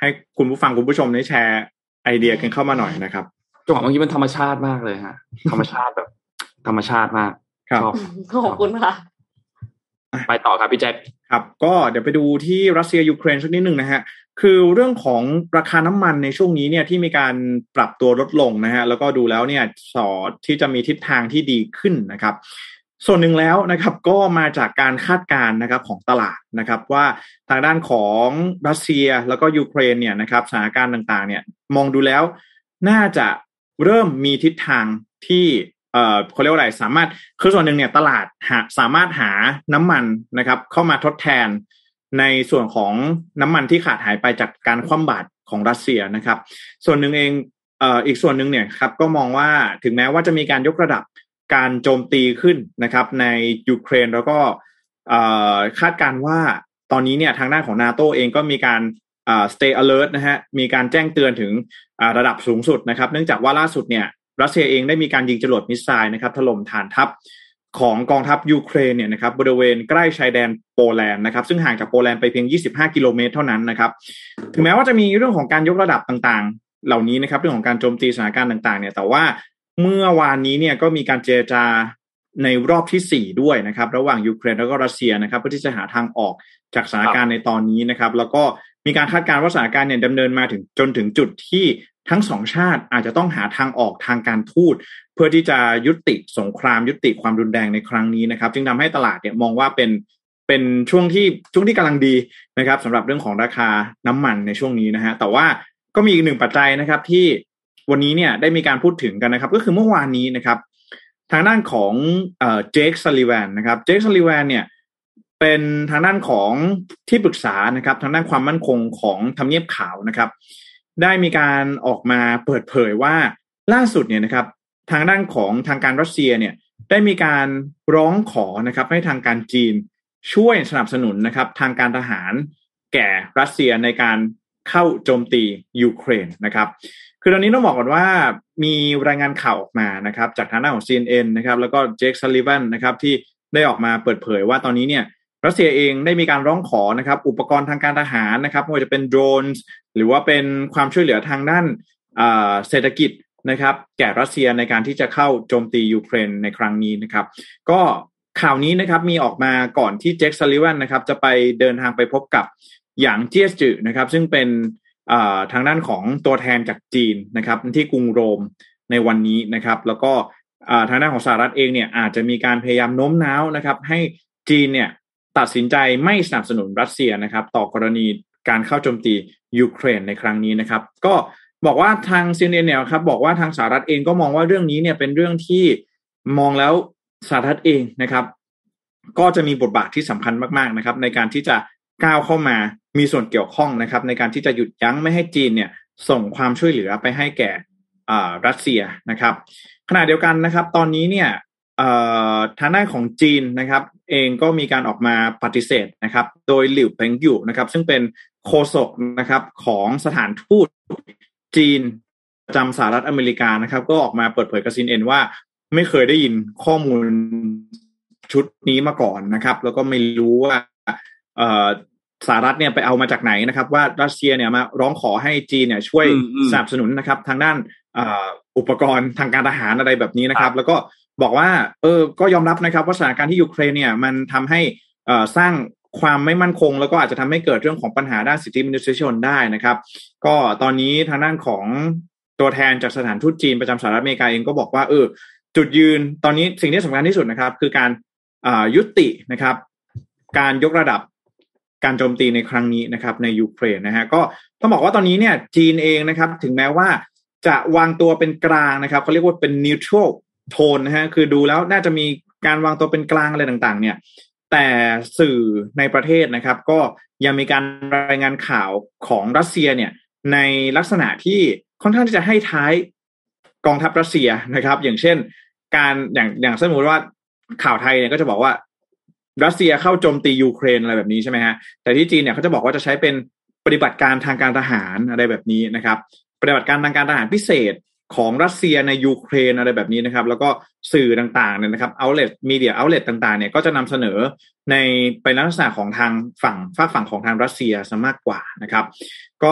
ให้คุณผู้ฟังคุณผู้ชมได้แชร์ไอเดียกันเข้ามาหน่อยนะครับจังหวะเมื่อกี้มันธรรมชาติมากเลยฮะธรรมชาติแบบธรรมชาติมากครับขอบคุณค่ะไปต่อครับพี่แจ็คครับก็เดี๋ยวไปดูที่รัสเซียยูเครนสักนิดนึงนะฮะคือเรื่องของราคาน้ำมันในช่วงนี้เนี่ยที่มีการปรับตัวลดลงนะฮะแล้วก็ดูแล้วเนี่ยสอดที่จะมีทิศทางที่ดีขึ้นนะครับส่วนหนึ่งแล้วนะครับก็มาจากการคาดการณ์นะครับของตลาดนะครับว่าทางด้านของรัสเซียแล้วก็ยูเครนเนี่ยนะครับสถานการณ์ต่างๆเนี่ยมองดูแล้วน่าจะเริ่มมีทิศทางที่เขาเรียกว่าอะไรสามารถคือส่วนหนึ่งเนี่ยตลาดสามารถหาน้ำมันนะครับเข้ามาทดแทนในส่วนของน้ำมันที่ขาดหายไปจากการคว่ำบาตรของรัสเซียนะครับส่วนหนึ่งเองอีกส่วนหนึ่งเนี่ยครับก็มองว่าถึงแม้ว่าจะมีการยกระดับการโจมตีขึ้นนะครับในยูเครนแล้วก็คาดการณ์ว่าตอนนี้เนี่ยทางด้านของ NATO เองก็มีการstay alert นะฮะมีการแจ้งเตือนถึงระดับสูงสุดนะครับเนื่องจากว่าล่าสุดเนี่ยรัสเซียเองได้มีการยิงจรวดมิสไซล์นะครับถล่มฐานทัพของกองทัพยูเครนเนี่ยนะครับบริเวณใกล้ชายแดนโปแลนด์นะครับซึ่งห่างจากโปแลนด์ไปเพียง25กิโลเมตรเท่านั้นนะครับถึงแม้ว่าจะมีเรื่องของการยกระดับต่างๆเหล่านี้นะครับเรื่องของการโจมตีสถานการณ์ต่างๆเนี่ยแต่ว่าเมื่อวานนี้เนี่ยก็มีการเจรจาในรอบที่4ด้วยนะครับระหว่างยูเครนแล้วก็รัสเซียนะครับเพื่อที่จะหาทางออกจากสถานการณ์ในตอนนี้นะครับแล้วก็มีการคาดการณ์ว่าสถานการณ์เนี่ยดำเนินมาถึงจนถึงจุดที่ทั้งสองชาติอาจจะต้องหาทางออกทางการทูตเพื่อที่จะยุติสงครามยุติความรุนแรงในครั้งนี้นะครับจึงทำให้ตลาดเนี่ยมองว่าเป็นช่วงที่กำลังดีนะครับสำหรับเรื่องของราคาน้ำมันในช่วงนี้นะฮะแต่ว่าก็มีอีกหนึ่งปัจจัยนะครับที่วันนี้เนี่ยได้มีการพูดถึงกันนะครับก็คือเมื่อวานนี้นะครับทางด้านของเจคซัลลิแวนนะครับเจคซัลลิแวนเนี่ยเป็นทางด้านของที่ปรึกษานะครับทางด้านความมั่นคงของทำเนียบขาวนะครับได้มีการออกมาเปิดเผยว่าล่าสุดเนี่ยนะครับทางด้านของทางการรัสเซียเนี่ยได้มีการร้องขอนะครับให้ทางการจีนช่วยสนับสนุนนะครับทางการทหารแก่รัสเซียในการเข้าโจมตียูเครนนะครับคือตอนนี้ต้องบอกก่อนว่ามีรายงานข่าวออกมานะครับจากทางด้านของ CNN นะครับแล้วก็เจคซัลลิแวนนะครับที่ได้ออกมาเปิดเผยว่าตอนนี้เนี่ยรัสเซียเองได้มีการร้องขอนะครับอุปกรณ์ทางการทหารนะครับไม่ว่าจะเป็นโดรนหรือว่าเป็นความช่วยเหลือทางด้านเศรษฐกิจนะครับแก่รัสเซียในการที่จะเข้าโจมตียูเครนในครั้งนี้นะครับก็ข่าวนี้นะครับมีออกมาก่อนที่เจคซัลลิแวนนะครับจะไปเดินทางไปพบกับหยางเจี้ยจือนะครับซึ่งเป็นทางด้านของตัวแทนจากจีนนะครับที่กรุงโรมในวันนี้นะครับแล้วก็ทางด้านของสหรัฐเองเนี่ยอาจจะมีการพยายามโน้มน้าวนะครับให้จีนเนี่ยตัดสินใจไม่สนับสนุนรัสเซียนะครับต่อกรณีการเข้าโจมตียูเครนในครั้งนี้นะครับก็บอกว่าทาง CNN เนี่ยครับบอกว่าทางสหรัฐเองก็มองว่าเรื่องนี้เนี่ยเป็นเรื่องที่มองแล้วสหรัฐเองนะครับก็จะมีบทบาทที่สำคัญมากๆนะครับในการที่จะก้าวเข้ามามีส่วนเกี่ยวข้องนะครับในการที่จะหยุดยั้งไม่ให้จีนเนี่ยส่งความช่วยเหลือไปให้แก่รัสเซียนะครับขณะเดียวกันนะครับตอนนี้เนี่ยทางด้านของจีนนะครับเองก็มีการออกมาปฏิเสธนะครับโดยหลิวเพ็งอยู่นะครับซึ่งเป็นโฆษกนะครับของสถานทูตจีนประจำสหรัฐอเมริกานะครับก็ออกมาเปิดเผยกับ CNN ว่าไม่เคยได้ยินข้อมูลชุดนี้มาก่อนนะครับแล้วก็ไม่รู้ว่าสหรัฐเนี่ยไปเอามาจากไหนนะครับว่ารัสเซียเนี่ยมาร้องขอให้จีนเนี่ยช่วยสนับสนุนนะครับทางด้านอุปกรณ์ทางการทหารอะไรแบบนี้นะครับแล้วก็บอกว่าก็ยอมรับนะครับว่าสถานการณ์ที่ยูเครนเนี่ยมันทำให้สร้างความไม่มั่นคงแล้วก็อาจจะทำให้เกิดเรื่องของปัญหาด้านสิทธิมนุษยชนได้นะครับก็ตอนนี้ทางด้านของตัวแทนจากสถานทูตจีนประจำสหรัฐอเมริกาเองก็บอกว่าจุดยืนตอนนี้สิ่งที่สำคัญที่สุดนะครับคือการยุตินะครับการยกระดับการโจมตีในครั้งนี้นะครับในยูเครนนะฮะก็ต้องบอกว่าตอนนี้เนี่ยจีนเองนะครับถึงแม้ว่าจะวางตัวเป็นกลางนะครับเขาเรียกว่าเป็น neutral tone นะฮะคือดูแล้วน่าจะมีการวางตัวเป็นกลางอะไรต่างๆเนี่ยแต่สื่อในประเทศนะครับก็ยังมีการรายงานข่าวของรัสเซียเนี่ยในลักษณะที่ค่อนข้างที่จะให้ท้ายกองทัพรัสเซียนะครับอย่างเช่นการอย่างสมมติว่าข่าวไทยเนี่ยก็จะบอกว่ารัสเซียเข้าโจมตียูเครนอะไรแบบนี้ใช่ไหมฮะแต่ที่จีนเนี่ยเขาจะบอกว่าจะใช้เป็นปฏิบัติการทางการทหารอะไรแบบนี้นะครับปฏิบัติการทางการทหารพิเศษของรัสเซียในยูเครนอะไรแบบนี้นะครับแล้วก็สื่อต่างๆเนี่ยนะครับoutlet media outlet ต่างๆเนี่ยก็จะนำเสนอในเป็นลักษณะของทางฝั่งของทางรัสเซียซะมากกว่านะครับก็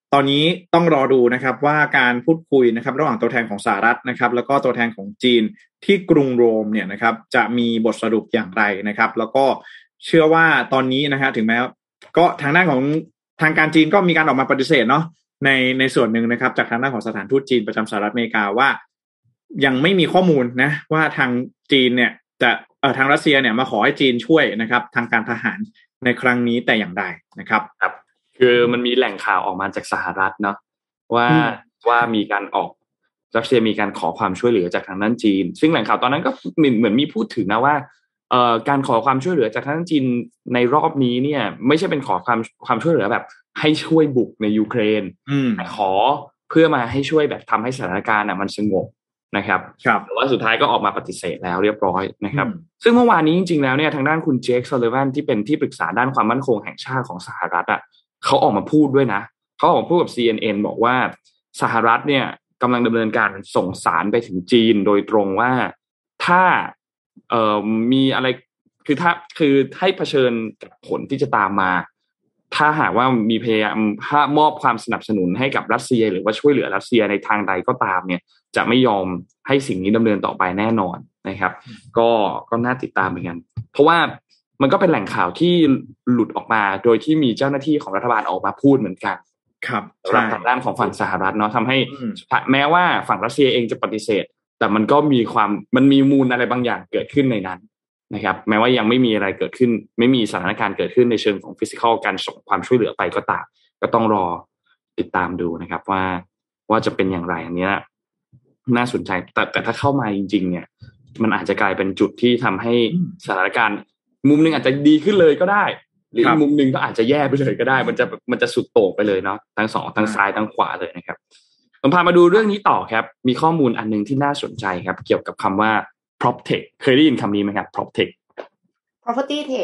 ตอนนี้ต้องรอดูนะครับว่าการพูดคุยนะครับระหว่างตัวแทนของสหรัฐนะครับแล้วก็ตัวแทนของจีนที่กรุงโรมเนี่ยนะครับจะมีบทสรุปอย่างไรนะครับแล้วก็เชื่อว่าตอนนี้นะฮะถึงแม้ก็ทางด้านของทางการจีนก็มีการออกมาปฏิเสธเนาะในส่วนหนึ่งนะครับจากทางด้านของสถานทูตจีนประจำสหรัฐอเมริกาว่ายังไม่มีข้อมูลนะว่าทางจีนเนี่ยจะทางรัสเซียเนี่ยมาขอให้จีนช่วยนะครับทางการทหารในครั้งนี้แต่อย่างใดนะครับครับคือมันมีแหล่งข่าวออกมาจากสหรัฐเนาะว่ามีการออกรัสเซียมีการขอความช่วยเหลือจากทางด้านจีนซึ่งแหล่งข่าวตอนนั้นก็เหมือนมีพูดถึงนะว่าการขอความช่วยเหลือจากทางด้านจีนในรอบนี้เนี่ยไม่ใช่เป็นขอความช่วยเหลือแบบให้ช่วยบุกในยูเครนแต่ขอเพื่อมาให้ช่วยแบบทำให้สถานการณ์มันสงบนะครับแต่ว่าสุดท้ายก็ออกมาปฏิเสธแล้วเรียบร้อยนะครับซึ่งเมื่อวานนี้จริงๆแล้วเนี่ยทางด้านคุณเจค ซัลลิแวนที่เป็นที่ปรึกษาด้านความมั่นคงแห่งชาติของสหรัฐเขาออกมาพูดด้วยนะเขาออกมาพูดกับ CNN บอกว่าสหรัฐเนี่ยกำลังดำเนินการส่งสารไปถึงจีนโดยตรงว่าถ้ามีอะไรคือให้เผชิญกับผลที่จะตามมาถ้าหากว่ามีพยายามมอบความสนับสนุนให้กับรัสเซียหรือว่าช่วยเหลือรัสเซียในทางใดก็ตามเนี่ยจะไม่ยอมให้สิ่งนี้ดำเนินต่อไปแน่นอนนะครับก็น่าติดตามเหมือนกันเพราะว่ามันก็เป็นแหล่งข่าวที่หลุดออกมาโดยที่มีเจ้าหน้าที่ของรัฐบาลออกมาพูดเหมือนกันครับสำหรับทางด้านของฝั่งสหรัฐเนาะทำให้แม้ว่าฝั่งรัสเซียเองจะปฏิเสธแต่มันก็มันมีมูลอะไรบางอย่างเกิดขึ้นในนั้นนะครับแม้ว่ายังไม่มีอะไรเกิดขึ้นไม่มีสถานการณ์เกิดขึ้นในเชิงของฟิสิกอลการส่งความช่วยเหลือไปก็ตามก็ต้องรอติดตามดูนะครับว่าจะเป็นอย่างไรอันนี้น่าสนใจแต่ถ้าเข้ามาจริงๆเนี่ยมันอาจจะกลายเป็นจุดที่ทำให้สถานการณ์มุมนึงอาจจะดีขึ้นเลยก็ได้หรือมุมนึงก็อาจจะแย่ไปเลยก็ได้มันจะสุดโต่งไปเลยเนาะทั้งสองทั้งซ้ายทั้งขวาเลยนะครับผมพามาดูเรื่องนี้ต่อครับมีข้อมูลอันนึงที่น่าสนใจครับเกี่ยวกับคำว่าPropTech เคยได้ยินคำนี้ไหมครับ PropTech Property Tech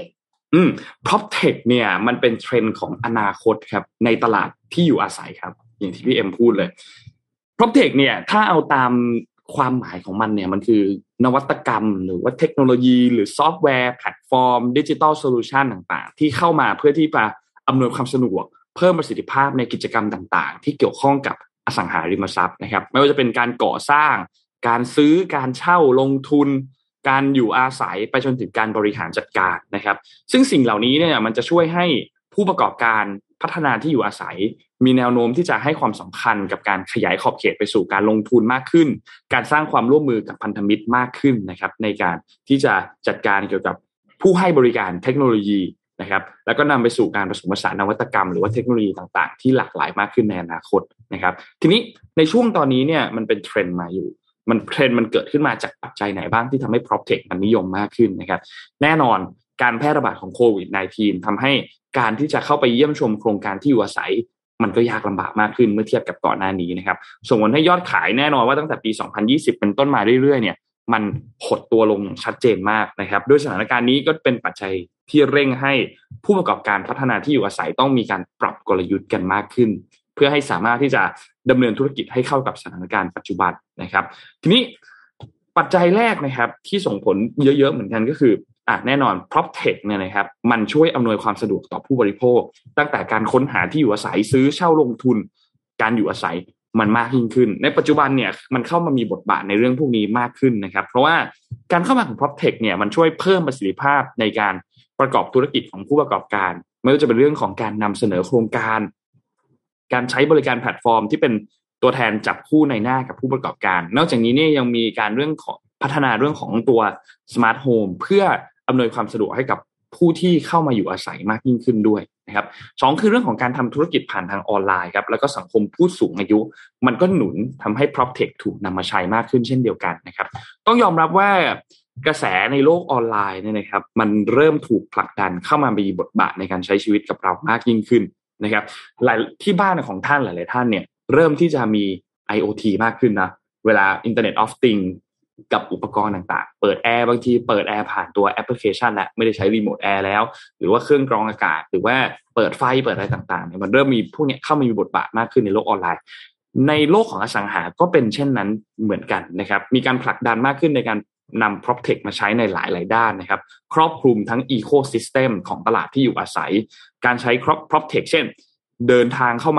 PropTech เนี่ยมันเป็นเทรนด์ของอนาคตครับในตลาดที่อยู่อาศัยครับอย่างที่พี่เอ็มพูดเลย PropTech เนี่ยถ้าเอาตามความหมายของมันเนี่ยมันคือนวัตกรรมหรือว่าเทคโนโลยีหรือซอฟต์แวร์แพลตฟอร์มดิจิทัลโซลูชันต่างๆที่เข้ามาเพื่อที่จะอำนวยความสะดวกเพิ่มประสิทธิภาพในกิจกรรมต่างๆที่เกี่ยวข้องกับอสังหาริมทรัพย์นะครับไม่ว่าจะเป็นการก่อสร้างการซื้อการเช่าลงทุนการอยู่อาศัยไปจนถึงการบริหารจัดการนะครับซึ่งสิ่งเหล่านี้เนี่ยมันจะช่วยให้ผู้ประกอบการพัฒนาที่อยู่อาศัยมีแนวโน้มที่จะให้ความสำคัญกับการขยายขอบเขตไปสู่การลงทุนมากขึ้นการสร้างความร่วมมือกับพันธมิตรมากขึ้นนะครับในการที่จะจัดการเกี่ยวกับผู้ให้บริการเทคโนโลยีนะครับแล้วก็นำไปสู่การผสมผสานนวัตกรรมหรือว่าเทคโนโลยีต่างๆที่หลากหลายมากขึ้นในอนาคตนะครับทีนี้ในช่วงตอนนี้เนี่ยมันเป็นเทรนด์มาอยู่เทรนด์มันเกิดขึ้นมาจากปัจจัยไหนบ้างที่ทำให้ PropTech มันนิยมมากขึ้นนะครับแน่นอนการแพร่ระบาดของโควิด -19 ทำให้การที่จะเข้าไปเยี่ยมชมโครงการที่อยู่อาศัยมันก็ยากลำบากมากขึ้นเมื่อเทียบกับก่อนหน้านี้นะครับส่งผลให้ยอดขายแน่นอนว่าตั้งแต่ปี2020เป็นต้นมาเรื่อยๆเนี่ยมันหดตัวลงชัดเจนมากนะครับด้วยสถานการณ์นี้ก็เป็นปัจจัยที่เร่งให้ผู้ประกอบการพัฒนาที่อยู่อาศัยต้องมีการปรับกลยุทธ์กันมากขึ้นเพื่อให้สามารถที่จะดำเนินธุรกิจให้เข้ากับสถานการณ์ปัจจุบันนะครับทีนี้ปัจจัยแรกนะครับที่ส่งผลเยอะๆเหมือนกันก็คือแน่นอน PropTech เนี่ยนะครับมันช่วยอำนวยความสะดวกต่อผู้บริโภคตั้งแต่การค้นหาที่อยู่อาศัยซื้อเช่าลงทุนการอยู่อาศัยมันมากยิ่งขึ้นในปัจจุบันเนี่ยมันเข้ามามีบทบาทในเรื่องพวกนี้มากขึ้นนะครับเพราะว่าการเข้ามาของ PropTech เนี่ยมันช่วยเพิ่มประสิทธิภาพในการประกอบธุรกิจของผู้ประกอบการไม่ว่าจะเป็นเรื่องของการนำเสนอโครงการการใช้บริการแพลตฟอร์มที่เป็นตัวแทนจับคู่ในหน้ากับผู้ประกอบการนอกจากนี้เนี่ยยังมีการเรื่องของพัฒนาเรื่องของตัว Smart Home เพื่ออำนวยความสะดวกให้กับผู้ที่เข้ามาอยู่อาศัยมากยิ่งขึ้นด้วยนะครับ2คือเรื่องของการทำธุรกิจผ่านทางออนไลน์ครับแล้วก็สังคมผู้สูงอายุมันก็หนุนทำให้ PropTech ถูกนำมาใช้มากขึ้นเช่นเดียวกันนะครับต้องยอมรับว่ากระแสในโลกออนไลน์เนี่ยนะครับมันเริ่มถูกผลักดันเข้ามามีบทบาทในการใช้ชีวิตกับเรามากยิ่งขึ้นนะครับที่บ้านของท่านหลายๆท่านเนี่ยเริ่มที่จะมี IoT มากขึ้นนะเวลา Internet of Things กับอุปกรณ์ต่างๆเปิดแอร์บางทีเปิดแอร์ผ่านตัวแอปพลิเคชันและไม่ได้ใช้รีโมทแอร์แล้วหรือว่าเครื่องกรองอากาศหรือว่าเปิดไฟเปิดอะไรต่างๆเนี่ยมันเริ่มมีพวกนี้เข้ามามีบทบาทมากขึ้นในโลกออนไลน์ในโลกของอสังหาก็เป็นเช่นนั้นเหมือนกันนะครับมีการผลักดันมากขึ้นในการนำ PropTech มาใช้ในหลายๆด้านนะครับครอบคลุมทั้ง Ecosystem ของตลาดที่อยู่อาศัยการใช้ PropTech เช่นเดินทางเข้ามา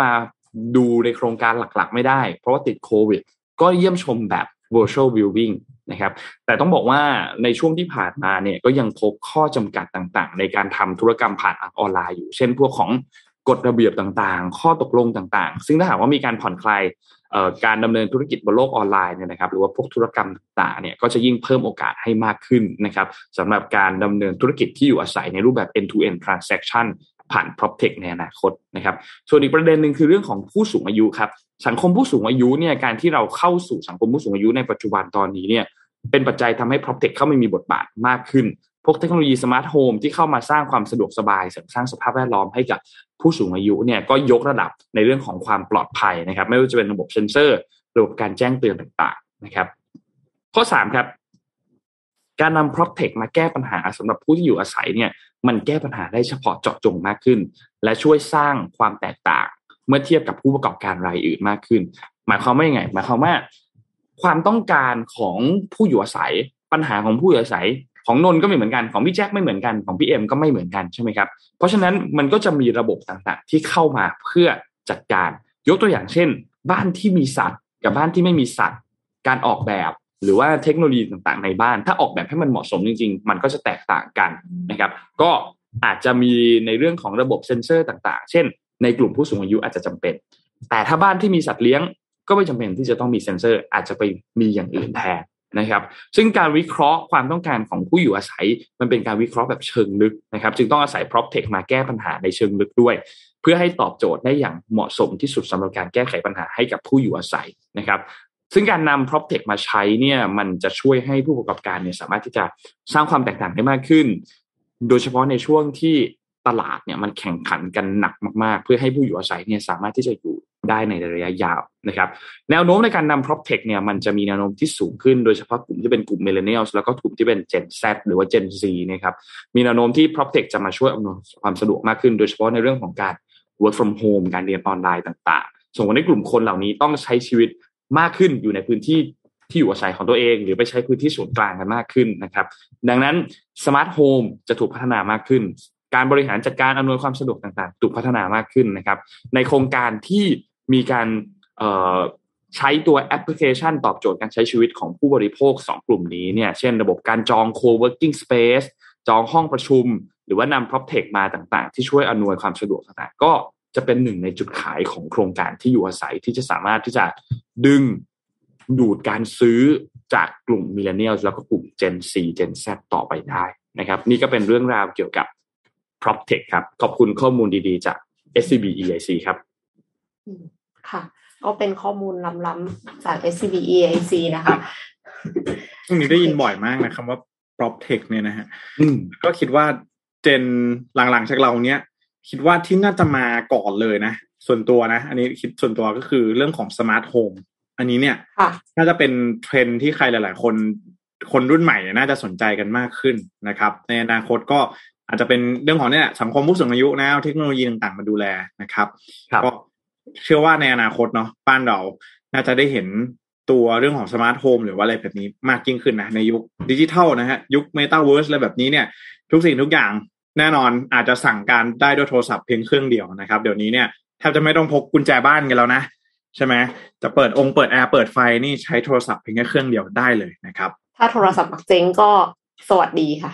ดูในโครงการหลักๆไม่ได้เพราะว่าติดโควิดก็เยี่ยมชมแบบ virtual viewing นะครับแต่ต้องบอกว่าในช่วงที่ผ่านมาเนี่ยก็ยังพบข้อจำกัดต่างๆในการทำธุรกรรมผ่านออนไลน์อยู่เช่นพวกของกฎระเบียบต่างๆข้อตกลงต่างๆซึ่งถ้าหากว่ามีการผ่อนคลายการดำเนินธุรกิจบนโลกออนไลน์เนี่ยนะครับหรือว่าพวกธุรกรรมต่างๆเนี่ยก็จะยิ่งเพิ่มโอกาสให้มากขึ้นนะครับสำหรับการดำเนินธุรกิจที่อยู่อาศัยในรูปแบบ end-to-end transaction ผ่าน PropTech ในอนาคตนะครับส่วนอีกประเด็นหนึ่งคือเรื่องของผู้สูงอายุครับสังคมผู้สูงอายุเนี่ยการที่เราเข้าสู่สังคมผู้สูงอายุในปัจจุบันตอนนี้เนี่ยเป็นปัจจัยทำให้ PropTech เข้ามามีบทบาทมากขึ้นพวกเทคโนโลยีสมาร์ทโฮมที่เข้ามาสร้างความสะดวกสบายเสริมสร้างสภาพแวดล้อมให้กับผู้สูงอายุเนี่ยก็ยกระดับในเรื่องของความปลอดภัยนะครับไม่ว่าจะเป็นระบบเซ็นเซอร์ระบบการแจ้งเตือนต่างๆนะครับข้อ3ครับการนำ PropTech มาแก้ปัญหาสำหรับผู้ที่อยู่อาศัยเนี่ยมันแก้ปัญหาได้เฉพาะเจาะจงมากขึ้นและช่วยสร้างความแตกต่างเมื่อเทียบกับผู้ประกอบการรายอื่นมากขึ้นหมายความว่ายังไงหมายความว่าความต้องการของผู้อยู่อาศัยปัญหาของผู้อยู่อาศัยของนนท์ก็ไม่เหมือนกันของพี่แจ็คไม่เหมือนกันของพี่เอ็มก็ไม่เหมือนกันใช่ไหมครับเพราะฉะนั้นมันก็จะมีระบบต่างๆที่เข้ามาเพื่อจัดการยกตัวอย่างเช่นบ้านที่มีสัตว์กับบ้านที่ไม่มีสัตว์การออกแบบหรือว่าเทคโนโลยีต่างๆในบ้านถ้าออกแบบให้มันเหมาะสมจริงๆมันก็จะแตกต่างกันนะครับก็อาจจะมีในเรื่องของระบบเซ็นเซอร์ต่างๆเช่นในกลุ่มผู้สูงอายุอาจจะจำเป็นแต่ถ้าบ้านที่มีสัตว์เลี้ยงก็ไม่จำเป็นที่จะต้องมีเซ็นเซอร์อาจจะไปมีอย่างอื่นแทนนะครับซึ่งการวิเคราะห์ความต้องการของผู้อยู่อาศัยมันเป็นการวิเคราะห์แบบเชิงลึกนะครับจึงต้องอาศัย PropTech มาแก้ปัญหาในเชิงลึกด้วยเพื่อให้ตอบโจทย์ได้อย่างเหมาะสมที่สุดสำหรับการแก้ไขปัญหาให้กับผู้อยู่อาศัยนะครับซึ่งการนำ PropTech มาใช้เนี่ยมันจะช่วยให้ผู้ประกอบการเนี่ยสามารถที่จะสร้างความแตกต่างได้มากขึ้นโดยเฉพาะในช่วงที่ตลาดเนี่ยมันแข่งขันกันหนักมากๆเพื่อให้ผู้อยู่อาศัยเนี่ยสามารถที่จะอยู่ได้ในระยะยาวนะครับแนวโน้มในการนำ PropTech เนี่ยมันจะมีแนวโน้มที่สูงขึ้นโดยเฉพาะกลุ่มที่เป็นกลุ่ม Millennials แล้วก็กลุ่มที่เป็น Gen Z หรือว่า Gen Z นะครับมีแนวโน้มที่ PropTech จะมาช่วยอำนวยความสะดวกมากขึ้นโดยเฉพาะในเรื่องของการ Work from Home การเรียนออนไลน์ต่างๆส่งผลให้กลุ่มคนเหล่านี้ต้องใช้ชีวิตมากขึ้นอยู่ในพื้นที่ที่อยู่อาศัยของตัวเองหรือไปใช้พื้นที่ส่วนกลางกันมากขึ้นนะครับดังนั้น Smart Home จะถูกพัฒนามากขึ้นการบริหารจัดการอำนวยความสะดวกต่างๆถูกพัฒนามากขึ้นนะครับในโครงการที่มีการใช้ตัวแอปพลิเคชันตอบโจทย์การใช้ชีวิตของผู้บริโภค2กลุ่มนี้เนี่ยเช่นระบบการจอง co-working space จองห้องประชุมหรือว่านำ PropTech มาต่างๆที่ช่วยอำนวยความสะดวกต่างๆก็จะเป็นหนึ่งในจุดขายของโครงการที่อยู่อาศัยที่จะสามารถที่จะดึงดูดการซื้อจากกลุ่ม Millennials แล้วก็กลุ่ม Gen C Gen Z ต่อไปได้นะครับนี่ก็เป็นเรื่องราวเกี่ยวกับ PropTech ครับขอบคุณข้อมูลดีๆจาก SCB EIC ครับค่ะก็เป็นข้อมูลล้ำๆจาก SCB EIC นะคะช่วงนี้ได้ยินบ่อยมากนะคำว่า PropTech เนี่ยนะฮะก็คิดว่าเจนหลังๆจากเราเนี้ยคิดว่าที่น่าจะมาก่อนเลยนะส่วนตัวนะอันนี้คิดส่วนตัวก็คือเรื่องของ Smart Home อันนี้เนี่ยน่าจะเป็นเทรนด์ที่ใครหลายๆคนรุ่นใหม่น่าจะสนใจกันมากขึ้นนะครับในอนาคตก็อาจจะเป็นเรื่องของเนี่ยสังคมผู้สูงอายุนะเทคโนโลยีต่างๆมาดูแลนะครับก็เชื่อว่าในอนาคตเนาะบ้านเราน่าจะได้เห็นตัวเรื่องของสมาร์ทโฮมหรือว่าอะไรแบบนี้มากยิ่งขึ้นนะในยุคดิจิทัลนะฮะยุคเมตาเวิร์สอะไรแบบนี้เนี่ยทุกสิ่งทุกอย่างแน่นอนอาจจะสั่งการได้ด้วยโทรศัพท์เพียงเครื่องเดียวนะครับเดี๋ยวนี้เนี่ยแทบจะไม่ต้องพกกุญแจบ้านกันแล้วนะใช่ไหมจะเปิดแอร์เปิดไฟนี่ใช้โทรศัพท์เพียงแค่เครื่องเดียวได้เลยนะครับถ้าโทรศัพท์เจ๊งก็สวัสดีค่ะ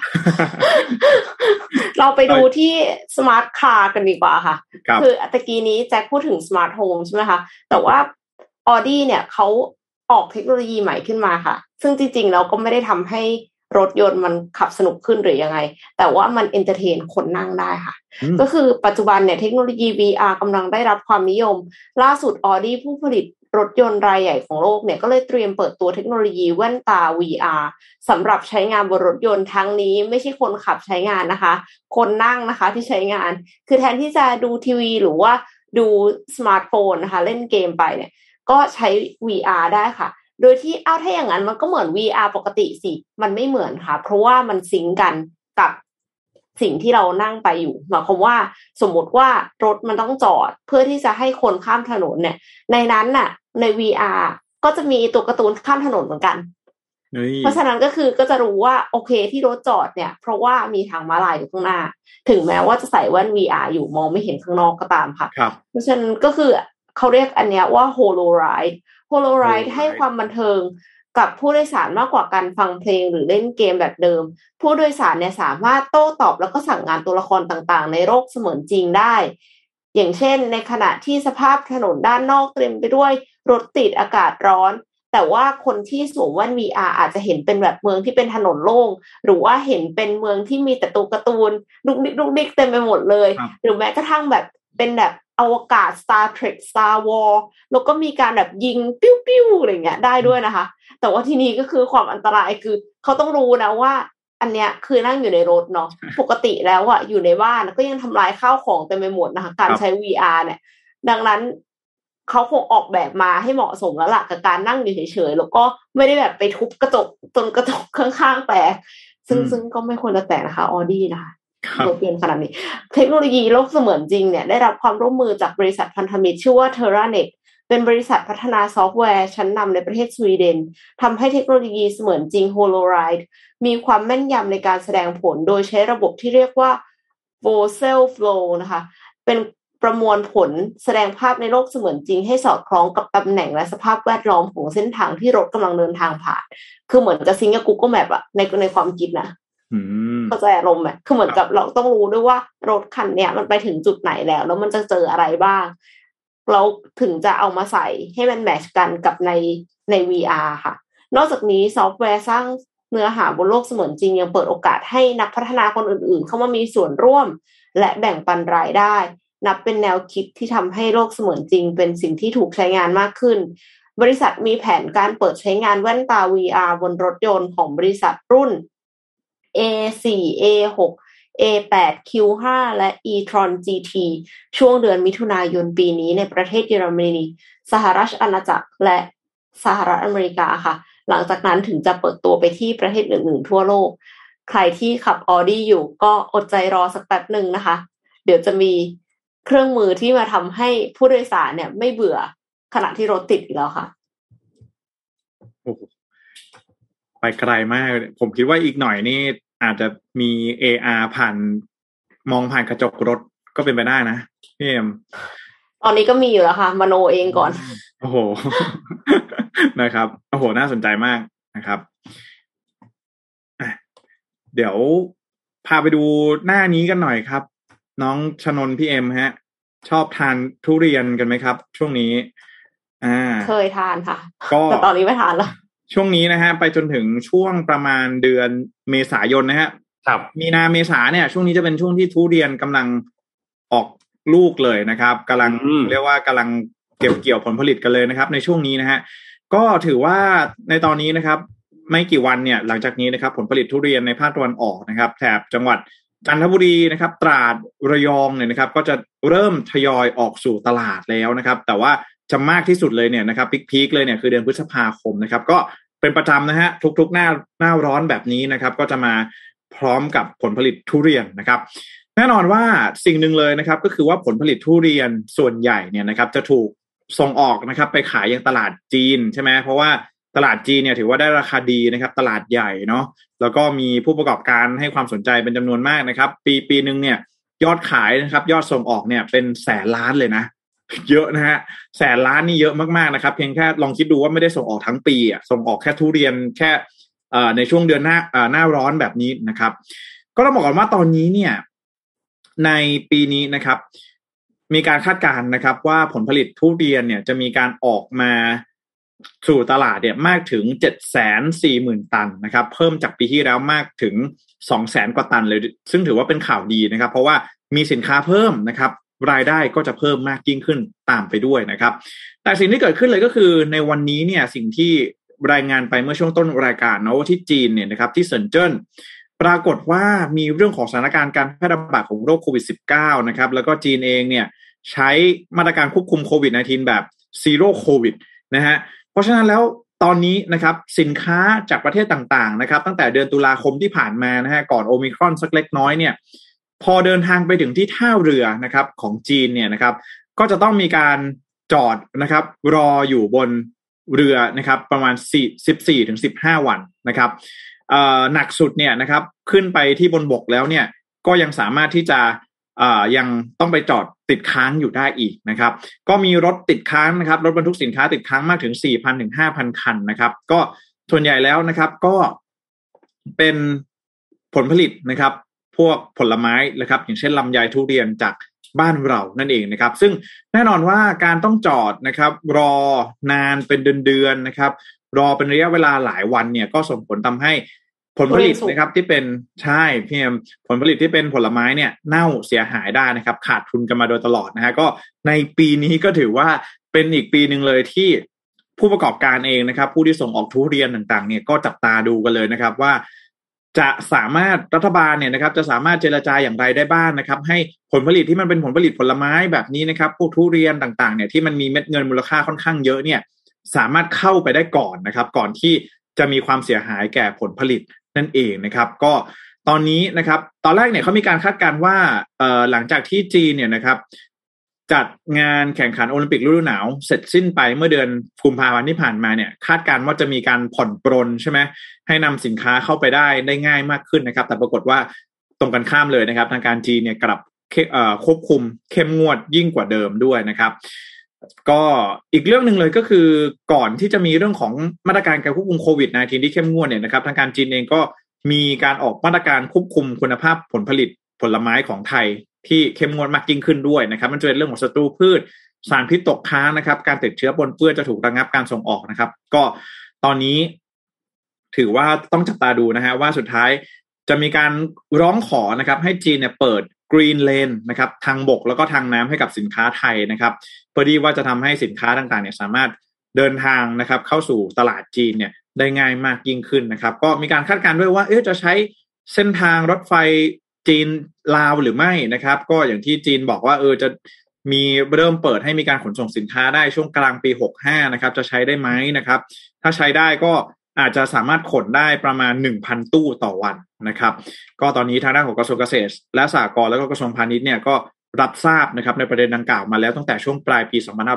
เราไปดูที่สมาร์ทคาร์กันดีกว่าค่ะ คือตะกี้นี้แจ็คพูดถึงสมาร์ทโฮมใช่ไหมคะแต่ว่า Audi เนี่ยเขาออกเทคโนโลยีใหม่ขึ้นมาค่ะซึ่งจริงๆเราก็ไม่ได้ทำให้รถยนต์มันขับสนุกขึ้นหรือยังไงแต่ว่ามันเอนเตอร์เทนคนนั่งได้ค่ะก็คือปัจจุบันเนี่ยเทคโนโลยี VR กำลังได้รับความนิยมล่าสุด Audi ผู้ผลิตรถยนต์รายใหญ่ของโลกเนี่ยก็เลยเตรียมเปิดตัวเทคโนโลยีแว่นตา VR สำหรับใช้งานบนรถยนต์ทั้งนี้ไม่ใช่คนขับใช้งานนะคะคนนั่งนะคะที่ใช้งานคือแทนที่จะดูทีวีหรือว่าดูสมาร์ทโฟนนะคะเล่นเกมไปเนี่ยก็ใช้ VR ได้ค่ะโดยที่ถ้าอย่างนั้นมันก็เหมือน VR ปกติสิมันไม่เหมือนค่ะเพราะว่ามันซิงก์กันกับสิ่งที่เรานั่งไปอยู่หมายความว่าสมมติว่ารถมันต้องจอดเพื่อที่จะให้คนข้ามถนนเนี่ยในนั้นน่ะใน VR ก็จะมีตัวการ์ตูนข้ามถนนเหมือนกันเพราะฉะนั้นก็จะรู้ว่าโอเคที่รถจอดเนี่ยเพราะว่ามีทางม้าลายอยู่ข้างหน้าถึงแม้ว่าจะใส่แว่น VR อยู่มองไม่เห็นข้างนอกก็ตามค่ะเพราะฉะนั้นก็คือเขาเรียกอันเนี้ยว่า Holoride ให้ความบันเทิงกับผู้โดยสารมากกว่าการฟังเพลงหรือเล่นเกมแบบเดิมผู้โดยสารเนี่ยสามารถโต้ตอบแล้วก็สั่งงานตัวละครต่างๆในโลกเสมือนจริงได้อย่างเช่นในขณะที่สภาพถนนด้านนอกเต็มไปด้วยรถติดอากาศร้อนแต่ว่าคนที่สวมแว่น VR อาจจะเห็นเป็นแบบเมืองที่เป็นถนนโล่งหรือว่าเห็นเป็นเมืองที่มีแต่ตัวการ์ตูนลุกดิกเต็มไปหมดเลยหรือแม้กระทั่งแบบเป็นแบบอวกาศ Star Trek Star Wars แล้วก็มีการแบบยิงปิ้วๆอะไรเงี้ยได้ด้วยนะคะแต่ว่าทีนี้ก็คือความอันตรายคือเขาต้องรู้นะว่าอันเนี้ยคือนั่งอยู่ในรถเนาะปกติแล้วอะอยู่ในบ้านก็ยังทำลายข้าวของเต็มไปหมดนะคะการใช้ VR เนี่ยดังนั้นเขาคงออกแบบมาให้เหมาะสมแล้วล่ะกับการนั่งอยู่เฉยๆแล้วก็ไม่ได้แบบไปทุบกระจกจนกระจกข้างๆแตกซึ่งก็ไม่ควรจะแตกนะคะออดี้นะคะรถยนต์ขนาดนี้เทคโนโลยีโลกเสมือนจริงเนี่ยได้รับความร่วมมือจากบริษัทพันธมิตรชื่อว่า Terranet เป็นบริษัทพัฒนาซอฟต์แวร์ชั้นนำในประเทศสวีเดนทำให้เทคโนโลยีเสมือนจริง Holoride มีความแม่นยำในการแสดงผลโดยใช้ระบบที่เรียกว่า Voxel Flow นะคะเป็นประมวลผลแสดงภาพในโลกเสมือนจริงให้สอดคล้องกับตำแหน่งและสภาพแวดล้อมของเส้นทางที่รถกำลังเดินทางผ่านคือเหมือนจะซิงค์กับ Google Map อะในความคิดนะเข้าใจอารมณ์ไหมคือเหมือนกับเราต้องรู้ด้วยว่ารถคันเนี้ยมันไปถึงจุดไหนแล้วมันจะเจออะไรบ้างเราถึงจะเอามาใส่ให้มันแมทช์กันกับใน VR ค่ะนอกจากนี้ซอฟต์แวร์สร้างเนื้อหาบนโลกเสมือนจริงยังเปิดโอกาสให้นักพัฒนาคนอื่นๆเข้ามามีส่วนร่วมและแบ่งปันรายได้นับเป็นแนวคิดที่ทำให้โลกเสมือนจริงเป็นสิ่งที่ถูกใช้งานมากขึ้นบริษัทมีแผนการเปิดใช้งานแว่นตา VR บนรถยนต์ของบริษัทรุ่น A4 A6 A8 Q5 และ e-tron GT ช่วงเดือนมิถุนายนปีนี้ในประเทศเยอรมนีสหรัฐอาณาจักรและสหรัฐอเมริกาค่ะหลังจากนั้นถึงจะเปิดตัวไปที่ประเทศอื่นๆทั่วโลกใครที่ขับ Audi อยู่ก็อดใจรอสักแป๊บนึงนะคะเดี๋ยวจะมีเครื่องมือที่มาทำให้ผู้โดยสารเนี่ยไม่เบื่อขณะที่รถติดอีกแล้วค่ะโอ้ไปไกลมากผมคิดว่าอีกหน่อยนี่อาจจะมี AR มองผ่านกระจกรถก็เป็นไปได้นะพี่เอ็มตอนนี้ก็มีอยู่แล้วค่ะมโนเองก่อนโอ้โห นะครับโอ้โหน่าสนใจมากนะครับเดี๋ยวพาไปดูหน้านี้กันหน่อยครับน้องชนนท์พี่เอ็มฮะชอบทานทุเรียนกันไหมครับช่วงนี้เคยทานค่ะแต่ตอนนี้ไม่ทานแล้วช่วงนี้นะฮะไปจนถึงช่วงประมาณเดือนเมษายนนะฮะครับมีนาเมษาเนี่ยช่วงนี้จะเป็นช่วงที่ทุเรียนกำลังออกลูกเลยนะครับกำลังเรียกว่ากำลังเก็บเกี่ยวผลผลิตกันเลยนะครับในช่วงนี้นะฮะก็ถือว่าในตอนนี้นะครับไม่กี่วันเนี่ยหลังจากนี้นะครับผลผลิตทุเรียนในภาคตะวันออกนะครับแถบจังหวัดจันทบุรีนะครับตราดระยองเนี่ยนะครับก็จะเริ่มทยอยออกสู่ตลาดแล้วนะครับแต่ว่าจะมากที่สุดเลยเนี่ยนะครับพีคเลยเนี่ยคือเดือนพฤษภาคมนะครับก็เป็นประจำนะฮะทุกๆหน้าร้อนแบบนี้นะครับก็จะมาพร้อมกับผลผลิตทุเรียนนะครับแน่นอนว่าสิ่งหนึ่งเลยนะครับก็คือว่าผลผลิตทุเรียนส่วนใหญ่เนี่ยนะครับจะถูกส่งออกนะครับไปขายยังตลาดจีนใช่ไหมเพราะว่าตลาดจีนเนี่ยถือว่าได้ราคาดีนะครับตลาดใหญ่เนาะแล้วก็มีผู้ประกอบการให้ความสนใจเป็นจำนวนมากนะครับปีนึงเนี่ยยอดขายนะครับยอดส่งออกเนี่ยเป็นแสนล้านเลยนะเยอะนะฮะแสนล้านนี่เยอะมากๆนะครับเพียงแค่ลองคิดดูว่าไม่ได้ส่งออกทั้งปีอ่ะส่งออกแค่ทุเรียนแค่ในช่วงเดือนหน้าร้อนแบบนี้นะครับก็ต้องบอกก่อนว่าตอนนี้เนี่ยในปีนี้นะครับมีการคาดการณ์นะครับว่าผลผลิตทุเรียนเนี่ยจะมีการออกมาสู่ตลาดเนี่ยมากถึง 740,000 ตันนะครับเพิ่มจากปีที่แล้วมากถึง 200,000 กว่าตันเลยซึ่งถือว่าเป็นข่าวดีนะครับเพราะว่ามีสินค้าเพิ่มนะครับรายได้ก็จะเพิ่มมากยิ่งขึ้นตามไปด้วยนะครับแต่สิ่งที่เกิดขึ้นเลยก็คือในวันนี้เนี่ยสิ่งที่รายงานไปเมื่อช่วงต้นรายการเนาะว่าที่จีนเนี่ยนะครับที่เซินเจิ้นปรากฏว่ามีเรื่องของสถานการณ์การแพร่ระบาดของโรคโควิด -19 นะครับแล้วก็จีนเองเนี่ยใช้มาตรการควบคุมโควิด -19 แบบซีโร่โควิดนะฮะเพราะฉะนั้นแล้วตอนนี้นะครับสินค้าจากประเทศต่างๆนะครับตั้งแต่เดือนตุลาคมที่ผ่านมานะฮะก่อนโอมิครอนสักเล็กน้อยเนี่ยพอเดินทางไปถึงที่ท่าเรือนะครับของจีนเนี่ยนะครับก็จะต้องมีการจอดนะครับรออยู่บนเรือนะครับประมาณ 14-15 วันนะครับหนักสุดเนี่ยนะครับขึ้นไปที่บนบกแล้วเนี่ยก็ยังสามารถที่จะยังต้องไปจอดติดค้างอยู่ได้อีกนะครับก็มีรถติดค้างนะครับรถบรรทุกสินค้าติดค้างมากถึง 4,000 ถึง 5,000 คันนะครับก็ส่วนใหญ่แล้วนะครับก็เป็นผลผลิตนะครับพวกผลไม้นะครับอย่างเช่นลำไยทุเรียนจากบ้านเรานั่นเองนะครับซึ่งแน่นอนว่าการต้องจอดนะครับรอนานเป็นเดือนๆนะครับรอเป็นระยะเวลาหลายวันเนี่ยก็ส่งผลทำให้ผลผลิตนะครับที่เป็นใช่พี่เอ็มผลผลิตที่เป็นผลไม้เนี่ยเน่าเสียหายได้นะครับขาดทุนกันมาโดยตลอดนะฮะก็ในปีนี้ก็ถือว่าเป็นอีกปีนึงเลยที่ผู้ประกอบการเองนะครับผู้ที่ส่งออกทุเรียนต่างๆเนี่ยก็จับตาดูกันเลยนะครับว่าจะสามารถรัฐบาลเนี่ยนะครับจะสามารถเจรจาอย่างไรได้บ้างนะครับให้ผลผลิตที่มันเป็นผลผลิตผลไม้แบบนี้นะครับพวกทุเรียนต่างๆเนี่ยที่มันมีเม็ดเงินมูลค่าค่อนข้างเยอะเนี่ยสามารถเข้าไปได้ก่อนนะครับก่อนที่จะมีความเสียหายแก่ผลผลิตนั่นเองนะครับก็ตอนนี้นะครับตอนแรกเนี่ยเขามีการคาดการณ์ว่าหลังจากที่จีนเนี่ยนะครับจัดงานแข่งขันโอลิมปิกฤดูหนาวเสร็จสิ้นไปเมื่อเดือนกุมภาพันธ์ที่ผ่านมาเนี่ยคาดการณ์ว่าจะมีการผ่อนปรนใช่ไหมให้นำสินค้าเข้าไปได้ง่ายมากขึ้นนะครับแต่ปรากฏว่าตรงกันข้ามเลยนะครับทางการจีนเนี่ยกลับควบคุมเข้มงวดยิ่งกว่าเดิมด้วยนะครับก็อีกเรื่องหนึ่งเลยก็คือก่อนที่จะมีเรื่องของมาตรการการควบคุมโควิด -19 ที่เข้มงวดเนี่ยนะครับทางการจีนเองก็มีการออกมาตรการควบคุมคุณภาพผลผลิตผลไม้ของไทยที่เข้มงวดมากยิ่งขึ้นด้วยนะครับมันจะเป็นเรื่องของศัตรูพืชสารพิษตกค้างนะครับการติดเชื้อปนเปื้อนจะถูกระงับการส่งออกนะครับก็ตอนนี้ถือว่าต้องจับตาดูนะฮะว่าสุดท้ายจะมีการร้องขอนะครับให้จีนเนี่ยเปิดGreen Lane นะครับทางบกแล้วก็ทางน้ำให้กับสินค้าไทยนะครับเพื่อที่ว่าจะทำให้สินค้าต่างๆเนี่ยสามารถเดินทางนะครับเข้าสู่ตลาดจีนเนี่ยได้ง่ายมากยิ่งขึ้นนะครับก็มีการคาดการณ์ด้วยว่าจะใช้เส้นทางรถไฟจีนลาวหรือไม่นะครับก็อย่างที่จีนบอกว่าจะมีเริ่มเปิดให้มีการขนส่งสินค้าได้ช่วงกลางปี65นะครับจะใช้ได้ไหมนะครับถ้าใช้ได้ก็อาจจะสามารถขนได้ประมาณ 1,000 ตู้ต่อวันนะครับก็ตอนนี้ทางด้านของกระทรวงเกษตรและสหกรณ์แล้วก็กระทรวงพาณิชย์เนี่ยก็รับทราบนะครับในประเด็นดังกล่าวมาแล้วตั้งแต่ช่วงปลายปี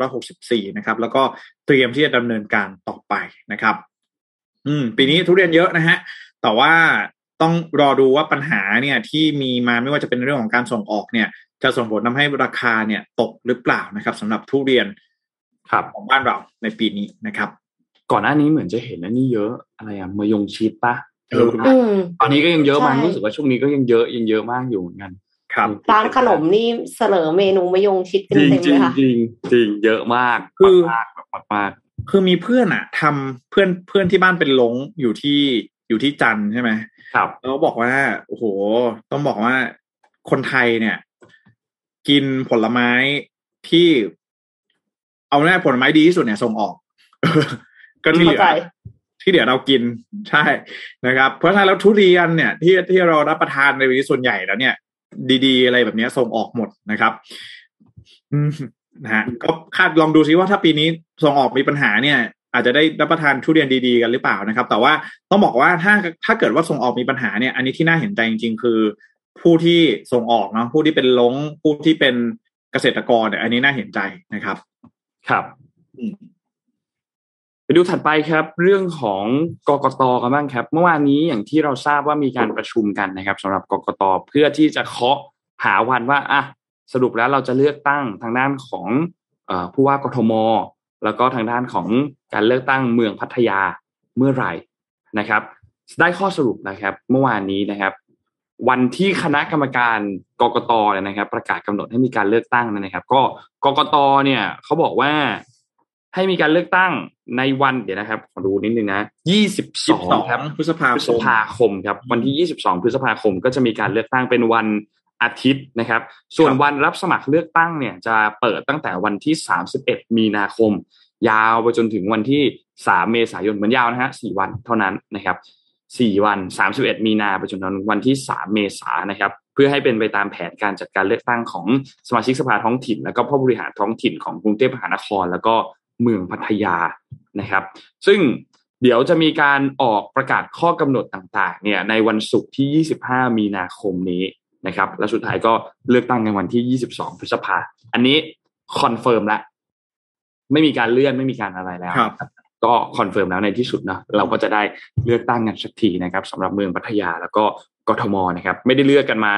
2564นะครับแล้วก็เตรียมที่จะดำเนินการต่อไปนะครับปีนี้ทุเรียนเยอะนะฮะแต่ว่าต้องรอดูว่าปัญหาเนี่ยที่มีมาไม่ว่าจะเป็นเรื่องของการส่งออกเนี่ยจะส่งผลทำให้ราคาเนี่ยตกหรือเปล่านะครับสำหรับทุเรียนของบ้านเราในปีนี้นะครับก่อนหน้านี้เหมือนจะเห็นอันนี้เยอะอะไรมะยงชิดป่ะตอนนี้ก็ยังเยอะมากรู้สึกว่าช่วงนี้ก็ยังเยอะมากอยู่เหมือนกันครับร้านขนมนี่เสนอเมนูมะยงชิดกันเต็มเลยค่ะจริงเยอะมากคือมากคือมีเพื่อนทำเพื่อนที่บ้านเป็นลงอยู่ที่จันทร์ใช่ไหมครับแล้วบอกว่าโอ้โหต้องบอกว่าคนไทยเนี่ยกินผลไม้ที่เอาแน่ผลไม้ดีที่สุดเนี่ยส่งออกก็ที่เหลือเรากินใช่นะครับเพราะฉะนั้นแล้วทุเรียนเนี่ยที่เรารับประทานในวันนี้ส่วนใหญ่แล้วเนี่ยดีๆอะไรแบบนี้ส่งออกหมดนะครับนะฮะก็คาดลองดูซิว่าถ้าปีนี้ส่งออกมีปัญหาเนี่ยอาจจะได้รับประทานทุเรียนดีๆกันหรือเปล่านะครับแต่ว่าต้องบอกว่าถ้าเกิดว่าส่งออกมีปัญหาเนี่ยอันนี้ที่น่าเห็นใจจริงๆคือผู้ที่ส่งออกเนาะผู้ที่เป็นลงผู้ที่เป็นเกษตรกรเนี่ยอันนี้น่าเห็นใจนะครับครับไปดูถัดไปครับเรื่องของกกต.กันบ้างครับเมื่อวานนี้อย่างที่เราทราบว่ามีการประชุมกันนะครับสำหรับกกต.เพื่อที่จะเคาะหาวันว่าสรุปแล้วเราจะเลือกตั้งทางด้านของผู้ว่ากทม.แล้วก็ทางด้านของการเลือกตั้งเมืองพัทยาเมื่อไหร่นะครับได้ข้อสรุปนะครับเมื่อวานนี้นะครับวันที่คณะกรรมการกกต.นะครับประกาศกำหนดให้มีการเลือกตั้งนะครับก็กกต.เนี่ยเขาบอกว่าให้มีการเลือกตั้งในวันเดี๋ยวนะครับขอดูนิดนึงนะ22ครับพฤษภาคมครับวันที่22พฤษภาคมก็จะมีการเลือกตั้งเป็นวันอาทิตย์นะครับส่วนวันรับสมัครเลือกตั้งเนี่ยจะเปิดตั้งแต่วันที่31มีนาคมยาวไปจนถึงวันที่3เมษายนมันยาวนะฮะ4วันเท่านั้นนะครับ4วัน31มีนาไปจนถึงวันที่3เมษายนนะครับเพื่อให้เป็นไปตามแผนการจัดการเลือกตั้งของสมาชิกสภาท้องถิ่นแล้วก็ผู้บริหารท้องถิ่นของกรุงเทพมหานครแล้วก็เมืองพัทยานะครับซึ่งเดี๋ยวจะมีการออกประกาศข้อกำหนดต่างๆเนี่ยในวันศุกร์ที่25มีนาคมนี้นะครับและสุดท้ายก็เลือกตั้งในวันที่22พฤษภาคมอันนี้คอนเฟิร์มแล้วไม่มีการเลื่อนไม่มีการอะไรแล้วก็คอนเฟิร์มแล้วในที่สุดนะเราก็จะได้เลือกตั้งกันสักทีนะครับสำหรับเมืองพัทยาแล้วก็กทม.นะครับไม่ได้เลือกกันมา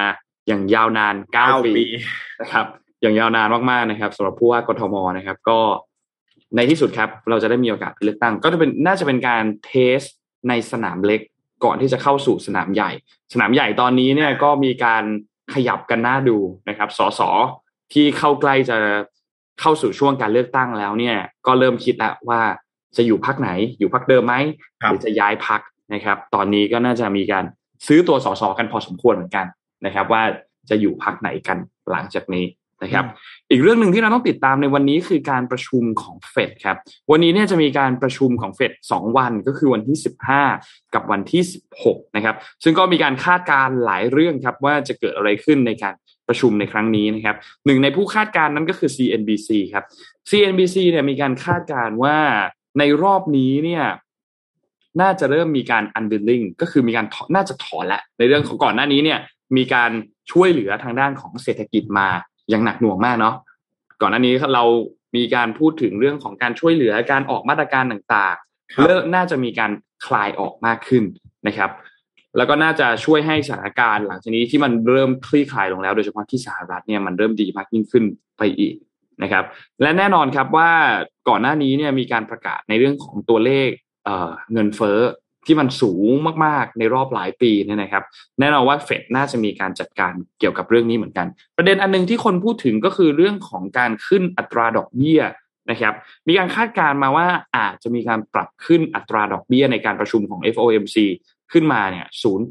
อย่างยาวนาน9 ปีนะครับอย่างยาวนานมากๆนะครับสำหรับผู้ว่ากทมนะครับก็ในที่สุดครับเราจะได้มีโอกาสเลือกตั้งก็น่าจะเป็นการเทสในสนามเล็กก่อนที่จะเข้าสู่สนามใหญ่สนามใหญ่ตอนนี้เนี่ยก็มีการขยับกันน่าดูนะครับสสที่เข้าใกล้จะเข้าสู่ช่วงการเลือกตั้งแล้วเนี่ยก็เริ่มคิดแล้วว่าจะอยู่พรรคไหนอยู่พรรคเดิมไหมหรือจะย้ายพรรคนะครับตอนนี้ก็น่าจะมีการซื้อตัวสสกันพอสมควรเหมือนกันนะครับว่าจะอยู่พรรคไหนกันหลังจากนี้นะครับอีกเรื่องหนึ่งที่เราต้องติดตามในวันนี้คือการประชุมของเฟดครับวันนี้เนี่ยจะมีการประชุมของเฟด2วันก็คือวันที่15กับวันที่16นะครับซึ่งก็มีการคาดการณ์หลายเรื่องครับว่าจะเกิดอะไรขึ้นในการประชุมในครั้งนี้นะครับหนึ่งในผู้คาดการณ์นั้นก็คือ CNBC ครับ CNBC เนี่ยมีการคาดการณ์ว่าในรอบนี้เนี่ยน่าจะเริ่มมีการ unwinding ก็คือมีการน่าจะถอนละในเรื่องของก่อนหน้านี้เนี่ยมีการช่วยเหลือทางด้านของเศรษฐกิจมาอย่างหนักหน่วงมากเนาะก่อนหน้านี้เรามีการพูดถึงเรื่องของการช่วยเหลือการออกมาตรการต่างๆเริ่มน่าจะมีการคลายออกมากขึ้นนะครับแล้วก็น่าจะช่วยให้สถานการณ์หลังจากนี้ที่มันเริ่มคลี่คลายลงแล้วโดยเฉพาะที่สหรัฐเนี่ยมันเริ่มดีมากยิ่งขึ้นไปอีกนะครับและแน่นอนครับว่าก่อนหน้านี้เนี่ยมีการประกาศในเรื่องของตัวเลขเงินเฟ้อที่มันสูงมากๆในรอบหลายปีเนี่ยนะครับแน่นอนว่าเฟดน่าจะมีการจัดการเกี่ยวกับเรื่องนี้เหมือนกันประเด็นอันนึงที่คนพูดถึงก็คือเรื่องของการขึ้นอัตราดอกเบี้ยนะครับมีการคาดการณ์มาว่าอาจจะมีการปรับขึ้นอัตราดอกเบี้ยในการประชุมของ FOMC ขึ้นมาเนี่ย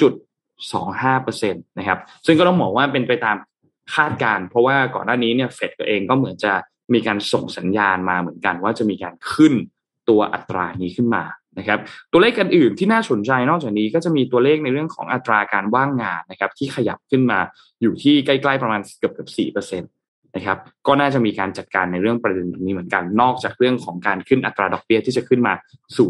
0.25% นะครับซึ่งก็ต้องบอกว่าเป็นไปตามคาดการณ์เพราะว่าก่อนหน้านี้เนี่ยเฟดเองก็เหมือนจะมีการส่งสัญญาณมาเหมือนกันว่าจะมีการขึ้นตัวอัตรานี้ขึ้นมานะครับตัวเลขกันอื่นที่น่าสนใจนอกจากนี้ก็จะมีตัวเลขในเรื่องของอัตราการว่างงานนะครับที่ขยับขึ้นมาอยู่ที่ใกล้ๆประมาณเกือบ 4% นะครับก็น่าจะมีการจัดการในเรื่องประเด็นนี้เหมือนกันนอกจากเรื่องของการขึ้นอัตราดอกเบี้ยที่จะขึ้นมา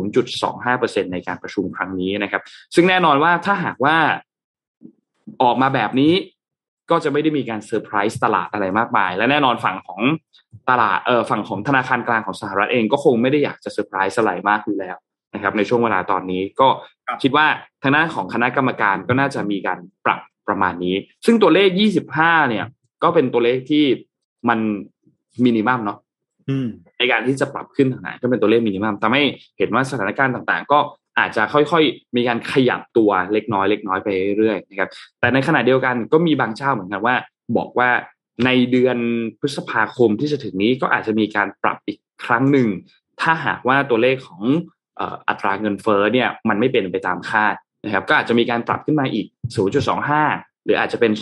0.25% ในการประชุมครั้งนี้นะครับซึ่งแน่นอนว่าถ้าหากว่าออกมาแบบนี้ก็จะไม่ได้มีการเซอร์ไพรส์ตลาดอะไรมากมายและแน่นอนฝั่งของตลาดฝั่งของธนาคารกลางของสหรัฐเองก็คงไม่ได้อยากจะเซอร์ไพรส์อะไรมากอยู่แล้วนะครับในช่วงเวลาตอนนี้ก็คิดว่าทางด้านของคณะกรรมการก็น่าจะมีการปรับประมาณนี้ซึ่งตัวเลข25เนี่ยก็เป็นตัวเลขที่มันมินิมัมเนาะในการที่จะปรับขึ้นทางไหนก็เป็นตัวเลขมินิมัมทำให้เห็นว่าสถานการณ์ต่างๆก็อาจจะค่อยๆมีการขยับตัวเล็กน้อยไปเรื่อยๆนะครับแต่ในขณะเดียวกันก็มีบางเจ้าเหมือนกันว่าบอกว่าในเดือนพฤษภาคมที่จะถึงนี้ก็อาจจะมีการปรับอีกครั้งหนึ่งถ้าหากว่าตัวเลขของอัตราเงินเฟ้อเนี่ยมันไม่เป็นไปตามคาดนะครับก็อาจจะมีการปรับขึ้นมาอีก 0.25 หรืออาจจะเป็น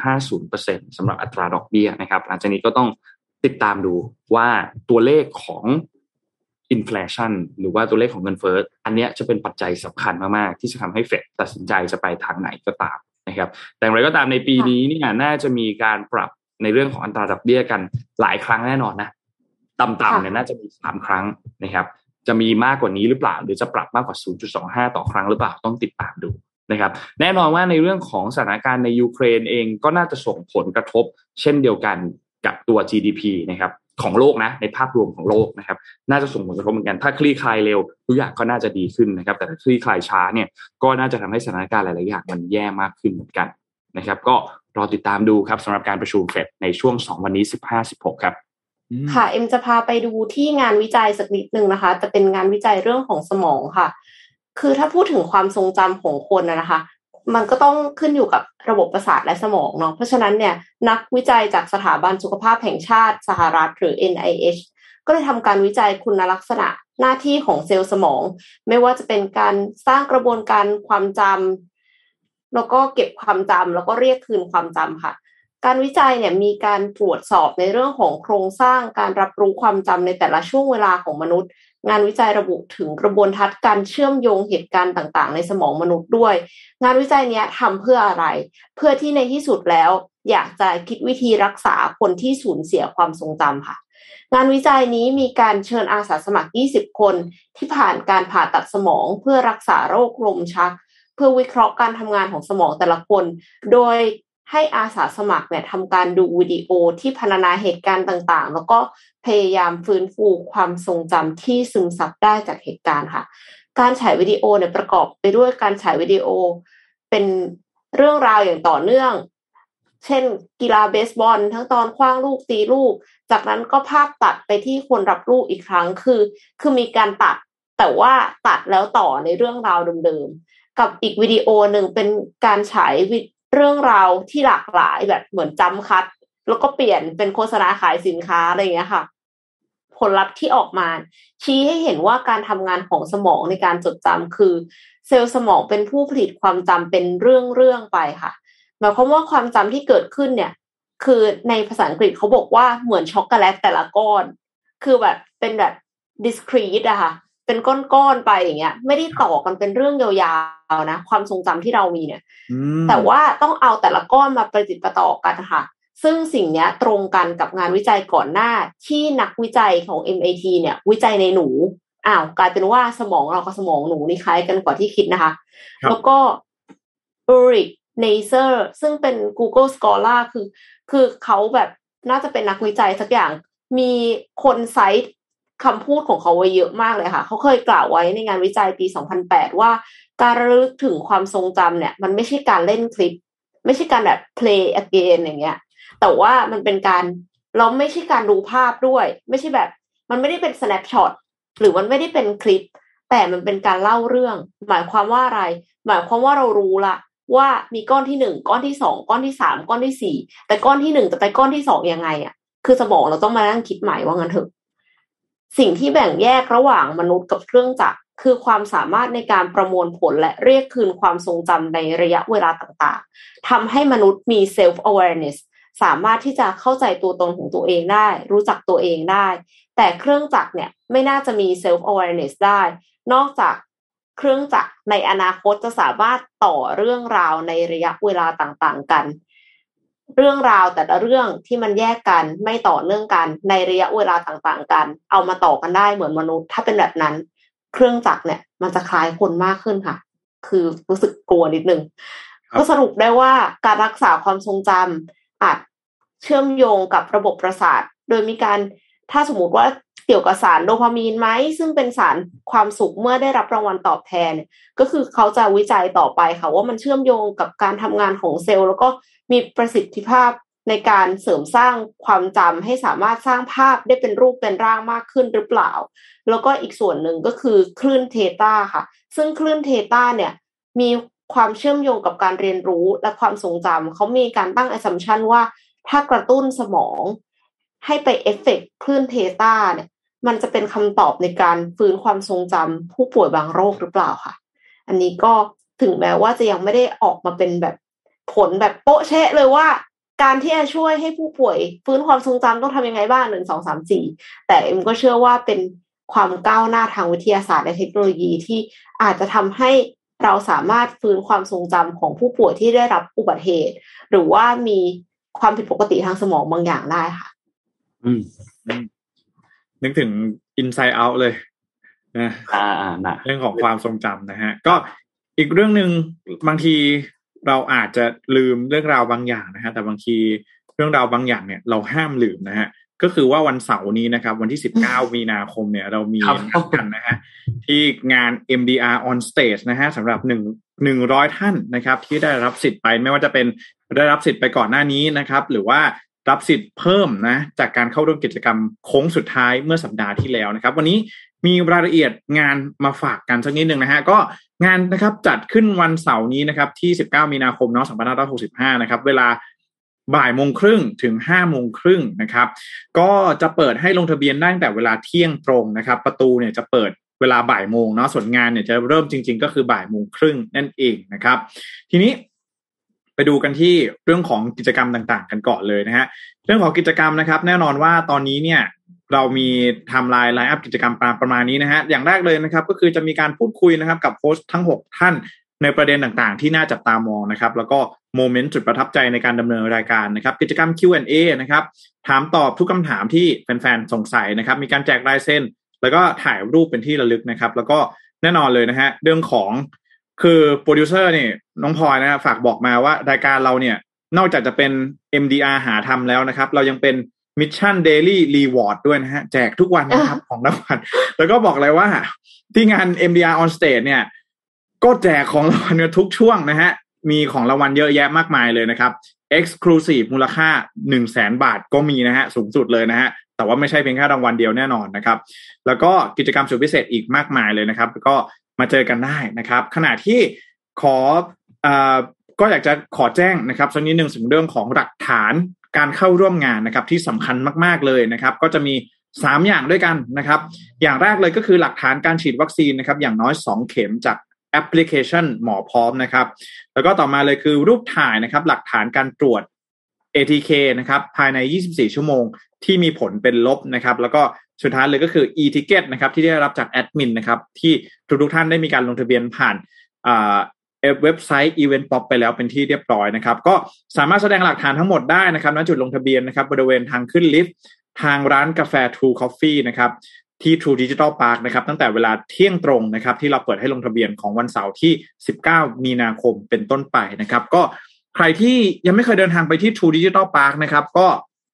0.50% สำหรับอัตราดอกเบี้ยนะครับหลังจากนี้ก็ต้องติดตามดูว่าตัวเลขของอินเฟลชันหรือว่าตัวเลขของเงินเฟ้ออันนี้จะเป็นปัจจัยสำคัญมากๆที่จะทำให้เฟดตัดสินใจจะไปทางไหนก็ตามนะครับแต่อย่างไรก็ตามในปีนี้เนี่ยน่าจะมีการปรับในเรื่องของอัตราดอกเบี้ยกันหลายครั้งแน่นอนนะต่ำๆเนี่ยน่าจะมี3ครั้งนะครับจะมีมากกว่านี้หรือเปล่าหรือจะปรับมากกว่า 0.25 ต่อครั้งหรือเปล่าต้องติดตามดูนะครับแน่นอนว่าในเรื่องของสถานการณ์ในยูเครนเองก็น่าจะส่งผลกระทบเช่นเดียวกันกับตัว GDP นะครับของโลกนะในภาพรวมของโลกนะครับน่าจะส่งผลกระทบเหมือนกันถ้าคลี่คลายเร็วทุกอย่างก็น่าจะดีขึ้นนะครับแต่ถ้าคลี่คลายช้าเนี่ยก็น่าจะทำให้สถานการณ์หลายๆอย่างมันแย่มากขึ้นเหมือนกันนะครับก็รอติดตามดูครับสำหรับการประชุมเฟดในช่วง2วันนี้ 15-16 ครับค่ะเอ็มจะพาไปดูที่งานวิจัยสักนิดนึงนะคะจะเป็นงานวิจัยเรื่องของสมองค่ะคือถ้าพูดถึงความทรงจำของคนนะคะมันก็ต้องขึ้นอยู่กับระบบประสาทและสมองเนาะเพราะฉะนั้นเนี่ยนักวิจัยจากสถาบันสุขภาพแห่งชาติสหรัฐหรือ NIH ก็ได้ทำการวิจัยคุณลักษณะหน้าที่ของเซลล์สมองไม่ว่าจะเป็นการสร้างกระบวนการความจำแล้วก็เก็บความจำแล้วก็เรียกคืนความจำค่ะการวิจัยเนี่ยมีการตรวจสอบในเรื่องของโครงสร้างการรับรู้ความจำในแต่ละช่วงเวลาของมนุษย์งานวิจัยระบุถึงกระบวนทัศน์การเชื่อมโยงเหตุการณ์ต่างๆในสมองมนุษย์ด้วยงานวิจัยนี้ทำเพื่ออะไรเพื่อที่ในที่สุดแล้วอยากจะคิดวิธีรักษาคนที่สูญเสียความทรงจำค่ะงานวิจัยนี้มีการเชิญอาสาสมัคร20คนที่ผ่านการผ่าตัดสมองเพื่อรักษาโรคลมชักเพื่อวิเคราะห์การทำงานของสมองแต่ละคนโดยให้อาสาสมัครเนี่ยทำการดูวิดีโอที่พรรณนาเหตุการณ์ต่างๆแล้วก็พยายามฟื้นฟูความทรงจำที่ซึมซับได้จากเหตุการณ์ค่ะการฉายวิดีโอเนี่ยประกอบไปด้วยการฉายวิดีโอเป็นเรื่องราวอย่างต่อเนื่องเช่นกีฬาเบสบอลทั้งตอนขว้างลูกตีลูกจากนั้นก็ภาพตัดไปที่คนรับลูกอีกครั้งคือมีการตัดแต่ว่าตัดแล้วต่อในเรื่องราวเดิมๆกับอีกวิดีโอหนึ่งเป็นการฉายเรื่องราวที่หลากหลายแบบเหมือนจัมป์คัทแล้วก็เปลี่ยนเป็นโฆษณาขายสินค้าอะไรอย่างเงี้ยค่ะผลลัพธ์ที่ออกมาชี้ให้เห็นว่าการทำงานของสมองในการจดจำคือเซลล์สมองเป็นผู้ผลิตความจำเป็นเรื่องไปค่ะหมายความว่าความจำที่เกิดขึ้นเนี่ยคือในภาษาอังกฤษเขาบอกว่าเหมือนช็อกโกแลตแต่ละก้อนคือแบบเป็นแบบ discrete อะค่ะเป็นก้อนๆไปอย่างเงี้ยไม่ได้ต่อกันเป็นเรื่องยาวๆนะความทรงจำที่เรามีเนี่ยแต่ว่าต้องเอาแต่ละก้อนมาประติดประต่อกันค่ะซึ่งสิ่งนี้ตรงกันกับงานวิจัยก่อนหน้าที่นักวิจัยของ MIT เนี่ยวิจัยในหนูกลายเป็นว่าสมองเรากับสมองหนูนี่คล้ายกันกว่าที่คิดนะคะแล้วก็อูริกเนเซอร์ซึ่งเป็น Google Scholar คือเขาแบบน่าจะเป็นนักวิจัยสักอย่างมีคนไซต์คำพูดของเขาไว้เยอะมากเลยค่ะเขาเคยกล่าวไว้ในงานวิจัยปี 2008 ว่าการระลึกถึงความทรงจำเนี่ยมันไม่ใช่การเล่นคลิปไม่ใช่การแบบ play again อย่างเงี้ยแต่ว่ามันเป็นการเราไม่ใช่การดูภาพด้วยไม่ใช่แบบมันไม่ได้เป็น snapshot หรือมันไม่ได้เป็นคลิปแต่มันเป็นการเล่าเรื่องหมายความว่าอะไรหมายความว่าเรารู้ละว่ามีก้อนที่1ก้อนที่2ก้อนที่3ก้อนที่4แต่ก้อนที่1จะไปก้อนที่2ยังไงอ่ะคือสมองเราต้องมานั่งคิดใหม่ว่างั้นเถอะสิ่งที่แบ่งแยกระหว่างมนุษย์กับเครื่องจักรคือความสามารถในการประมวลผลและเรียกคืนความทรงจำในระยะเวลาต่างๆทำให้มนุษย์มี self awareness สามารถที่จะเข้าใจตัวตนของตัวเองได้รู้จักตัวเองได้แต่เครื่องจักรเนี่ยไม่น่าจะมี self awareness ได้นอกจากเครื่องจักรในอนาคตจะสามารถต่อเรื่องราวในระยะเวลาต่างๆกันเรื่องราวแต่ละเรื่องที่มันแยกกันไม่ต่อเนื่องกันในระยะเวลาต่างๆกันเอามาต่อกันได้เหมือนมนุษย์ถ้าเป็นแบบนั้นเครื่องจักรเนี่ยมันจะคล้ายคนมากขึ้นค่ะคือรู้สึกกลัวนิดนึงก็สรุปได้ว่าการรักษาความทรงจำอาจเชื่อมโยงกับระบบประสาทโดยมีการถ้าสมมติว่าเกี่ยวกับสารโดพามีนไหมซึ่งเป็นสารความสุขเมื่อได้รับรางวัลตอบแทนก็คือเขาจะวิจัยต่อไปค่ะว่ามันเชื่อมโยงกับการทำงานของเซลล์แล้วก็มีประสิทธิภาพในการเสริมสร้างความจำให้สามารถสร้างภาพได้เป็นรูปเป็นร่างมากขึ้นหรือเปล่าแล้วก็อีกส่วนหนึ่งก็คือคลื่นเทตาค่ะซึ่งคลื่นเทตาเนี่ยมีความเชื่อมโยงกับการเรียนรู้และความทรงจำเขามีการตั้ง assumption ว่าถ้ากระตุ้นสมองให้ไปเอฟเฟกต์คลื่นเทตาเนี่ยมันจะเป็นคำตอบในการฟื้นความทรงจำผู้ป่วยบางโรคหรือเปล่าค่ะอันนี้ก็ถึงแม้ว่าจะยังไม่ได้ออกมาเป็นแบบผลแบบโป๊ะเช๊ะเลยว่าการที่จะช่วยให้ผู้ป่วยฟื้นความทรงจำต้องทำยังไงบ้าง1 2 3 4แต่เอ็มก็เชื่อว่าเป็นความก้าวหน้าทางวิทยาศาสตร์และเทคโนโลยีที่อาจจะทำให้เราสามารถฟื้นความทรงจำของผู้ป่วยที่ได้รับอุบัติเหตุหรือว่ามีความผิดปกติทางสมองบางอย่างได้ค่ะนึกถึง Inside Out เลยนะเรื่องของความทรงจำนะฮะก็อีกเรื่องนึงบางทีเราอาจจะลืมเรื่องราวบางอย่างนะฮะแต่บางทีเรื่องราวบางอย่างเนี่ยเราห้ามลืมนะฮะก็คือว่าวันเสาร์นี้นะครับวันที่19 มีนาคมเนี่ยเรามีนัดกันนะฮะที่งาน MDR on stage นะฮะสำหรับ100 ท่านนะครับที่ได้รับสิทธิ์ไปไม่ว่าจะเป็นได้รับสิทธิ์ไปก่อนหน้านี้นะครับหรือว่ารับสิทธิ์เพิ่มนะจากการเข้าร่วมกิจกรรมโค้งสุดท้ายเมื่อสัปดาห์ที่แล้วนะครับวันนี้มีรายละเอียดงานมาฝากกันสักนิดนึงนะฮะก็งานนะครับจัดขึ้นวันเสาร์นี้นะครับที่19 มีนาคม2565นะครับเวลา13:30 ถึง 17:30 นะครับก็จะเปิดให้ลงทะเบียนได้ตั้งแต่เวลาเที่ยงตรงนะครับประตูเนี่ยจะเปิดเวลาบ่ายโมงเนาะส่วนงานเนี่ยจะเริ่มจริงๆก็คือ13:30 นั่นเองนะครับทีนี้ไปดูกันที่เรื่องของกิจกรรมต่างๆกันก่อนเลยนะฮะเรื่องของกิจกรรมนะครับแน่นอนว่าตอนนี้เนี่ยเรามีไทม์ไลน์อัพกิจกรรมประมาณนี้นะฮะอย่างแรกเลยนะครับก็คือจะมีการพูดคุยนะครับกับโค้ชทั้ง6ท่านในประเด็นต่างๆที่น่าจับตามองนะครับแล้วก็โมเมนต์จุดประทับใจในการดำเนินรายการนะครับกิจกรรม Q&A นะครับถามตอบทุกคำถามที่แฟนๆสงสัยนะครับมีการแจกลายเซ็นแล้วก็ถ่ายรูปเป็นที่ระลึกนะครับแล้วก็แน่นอนเลยนะฮะเรื่องของคือโปรดิวเซอร์นี่น้องพลอยนะฝากบอกมาว่ารายการเราเนี่ยนอกจากจะเป็น MDR หาทำแล้วนะครับเรายังเป็นMission Daily Reward ด้วยนะฮะแจกทุกวันนะครับของรางวัลแล้วก็บอกเลยว่าที่งาน MDR on stage เนี่ยก็แจกของรางวัลทุกช่วงนะฮะมีของรางวัลเยอะแยะมากมายเลยนะครับ Exclusive มูลค่า 100,000 บาทก็มีนะฮะสูงสุดเลยนะฮะแต่ว่าไม่ใช่เพียงแค่รางวัลเดียวแน่นอนนะครับแล้วก็กิจกรรมสุดพิเศษอีกมากมายเลยนะครับก็มาเจอกันได้นะครับขณะที่ก็อยากจะขอแจ้งนะครับสักนิดนึงถึงเรื่องของหลักฐานการเข้าร่วมงานนะครับที่สำคัญมากๆเลยนะครับก็จะมี3อย่างด้วยกันนะครับอย่างแรกเลยก็คือหลักฐานการฉีดวัคซีนนะครับอย่างน้อย2เข็มจากแอปพลิเคชันหมอพร้อมนะครับแล้วก็ต่อมาเลยคือรูปถ่ายนะครับหลักฐานการตรวจ ATK นะครับภายใน24ชั่วโมงที่มีผลเป็นลบนะครับแล้วก็สุดท้ายเลยก็คือ e-ticket นะครับที่ได้รับจากแอดมินนะครับที่ทุกท่านได้มีการลงทะเบียนผ่านเว็บไซต์ Event Pop ไปแล้วเป็นที่เรียบร้อยนะครับก็สามารถแสดงหลักฐานทั้งหมดได้นะครับณจุดลงทะเบียนนะครับบริเวณทางขึ้นลิฟต์ทางร้านกาแฟ True Coffee นะครับที่ True Digital Park นะครับตั้งแต่เวลาเที่ยงตรงนะครับที่เราเปิดให้ลงทะเบียนของวันเสาร์ที่19มีนาคมเป็นต้นไปนะครับก็ใครที่ยังไม่เคยเดินทางไปที่ True Digital Park นะครับก็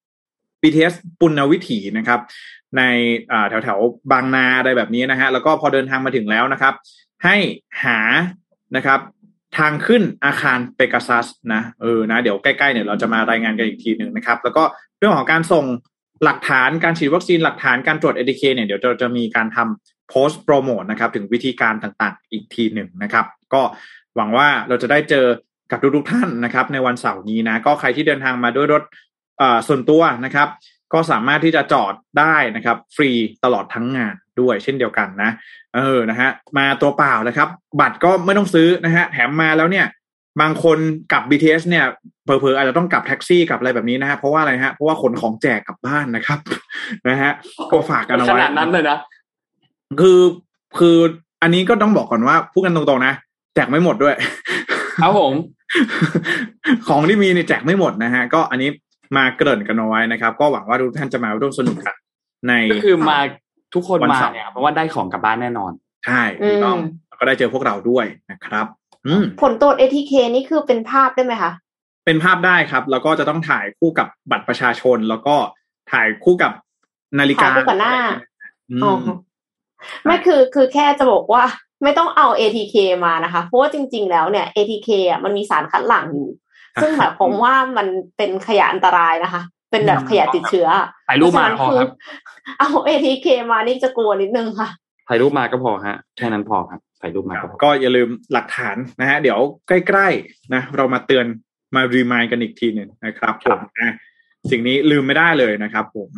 BTS ปุณณวิถีนะครับในแถวบางนาอะไรแบบนี้นะฮะแล้วก็พอเดินทางมาถึงแล้วนะครับให้หานะครับทางขึ้นอาคารเปกาซัสนะนะเดี๋ยวใกล้ๆเนี่ยเราจะมารายงานกันอีกทีนึงนะครับแล้วก็เรื่องของการส่งหลักฐานการฉีดวัคซีนหลักฐานการตรวจ ATK เนี่ยเดี๋ยวจะมีการทำโพสต์โปรโมทนะครับถึงวิธีการต่างๆอีกทีหนึ่งนะครับก็หวังว่าเราจะได้เจอกับทุกท่านนะครับในวันเสาร์นี้นะก็ใครที่เดินทางมาด้วยรถส่วนตัวนะครับก็สามารถที่จะจอดได้นะครับฟรีตลอดทั้งงานด้วยเช่นเดียวกันนะนะฮะมาตัวเปล่านะครับบัตรก็ไม่ต้องซื้อนะฮะแถมมาแล้วเนี่ยบางคนกลับ BTS เนี่ยเผลอๆอาจจะต้องกลับแท็กซี่กลับอะไรแบบนี้นะฮะเพราะว่าอะไรฮะเพราะว่าขนของแจกกลับบ้านนะครับนะฮะก็ฝากกันเอาไว้ขนาดนั้นเลยนะคืออันนี้ก็ต้องบอกก่อนว่าพูดกันตรงๆนะแจกไม่หมดด้วยครับผมของที่มีเนี่ยแจกไม่หมดนะฮะก็อันนี้มาเกริ่นกันเอาไว้นะครับก็หวังว่าทุกท่านจะมาร่วมสนุกกันในก็คือมาทุกคนมาเนี่ยเพราะว่าได้ของกลับบ้านแน่นอนใช่ถูกต้องก็ได้เจอพวกเราด้วยนะครับผลตรวจ ATK นี่คือเป็นภาพได้ไหมคะเป็นภาพได้ครับแล้วก็จะต้องถ่ายคู่กับบัตรประชาชนแล้วก็ถ่ายคู่กับนาฬิกาคู่กับหน้าไม่คือแค่จะบอกว่าไม่ต้องเอา ATK มานะคะเพราะว่าจริงๆแล้วเนี่ย ATK อ่ะมันมีสารคัดหลั่งอยู่ซึ่งหมายความว่ามันเป็นขยะอันตรายนะคะเป็นแบบขยะติดเชื้อถ่ายรูปมาพอครับเอา ATK มานี่จะกลัวนิดนึงค่ะถ่ายรูปมาก็พอฮะแค่นั้นพอครับถ่ายรูปมาก็อย่าลืมหลักฐานนะฮะเดี๋ยวใกล้ๆนะเรามาเตือนมารีมายด์กันอีกทีนึงนะครับผมสิ่งนี้ลืมไม่ได้เลยนะครับผม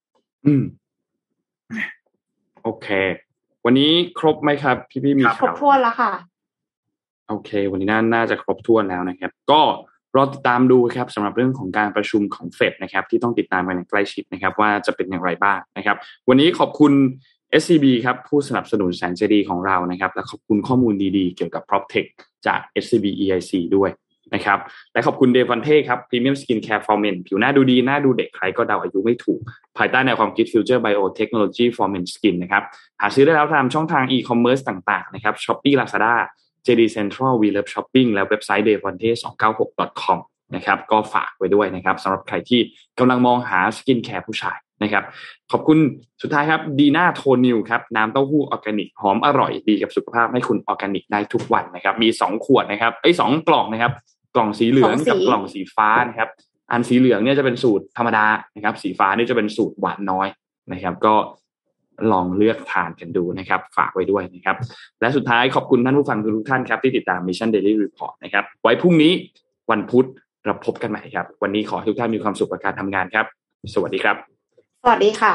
โอเควันนี้ครบไหมครับพี่มีครบถ้วนแล้วค่ะโอเควันนี้น่าจะครบถ้วนแล้วนะครับก็รอติดตามดูครับสำหรับเรื่องของการประชุมของเฟดนะครับที่ต้องติดตามกันอย่างใกล้ชิดนะครับว่าจะเป็นอย่างไรบ้างนะครับวันนี้ขอบคุณ SCB ครับผู้สนับสนุนแสนใจดีของเรานะครับและขอบคุณข้อมูลดีๆเกี่ยวกับ PropTech จาก SCB EIC ด้วยนะครับและขอบคุณ Devante ครับ Premium Skin Care for Men ผิวหน้าดูดีหน้าดูเด็กใครก็เดาอายุไม่ถูกภายใต้แนวความคิด Future Biotechnology for Men Skin นะครับหาซื้อได้แล้วตามช่องทาง e-commerce ต่างๆนะครับ Shopee Lazada JD Central We Love Shopping และเว็บไซต์ devante296.com นะครับก็ฝากไว้ด้วยนะครับสำหรับใครที่กำลังมองหาสกินแคร์ผู้ชายนะครับขอบคุณสุดท้ายครับดีน่าโทนิวครับน้ำเต้าหู้ออร์แกนิกหอมอร่อยดีกับสุขภาพให้คุณออร์แกนิกได้ทุกวันนะครับมี2ขวดนะครับ2กล่องนะครับกล่องสีเหลืองกับกล่องสีฟ้านะครับอันสีเหลืองเนี่ยจะเป็นสูตรธรรมดานะครับสีฟ้านี่จะเป็นสูตรหวานน้อยนะครับก็ลองเลือกทานกันดูนะครับฝากไว้ด้วยนะครับและสุดท้ายขอบคุณท่านผู้ฟังทุกท่านครับที่ติดตาม Mission Daily Report นะครับไว้พรุ่งนี้วันพุธเราพบกันใหม่ครับวันนี้ขอให้ทุกท่านมีความสุขกับการทำงานครับสวัสดีครับสวัสดีค่ะ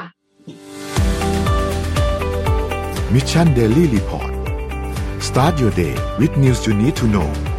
Mission Daily Report Start your day with news you need to know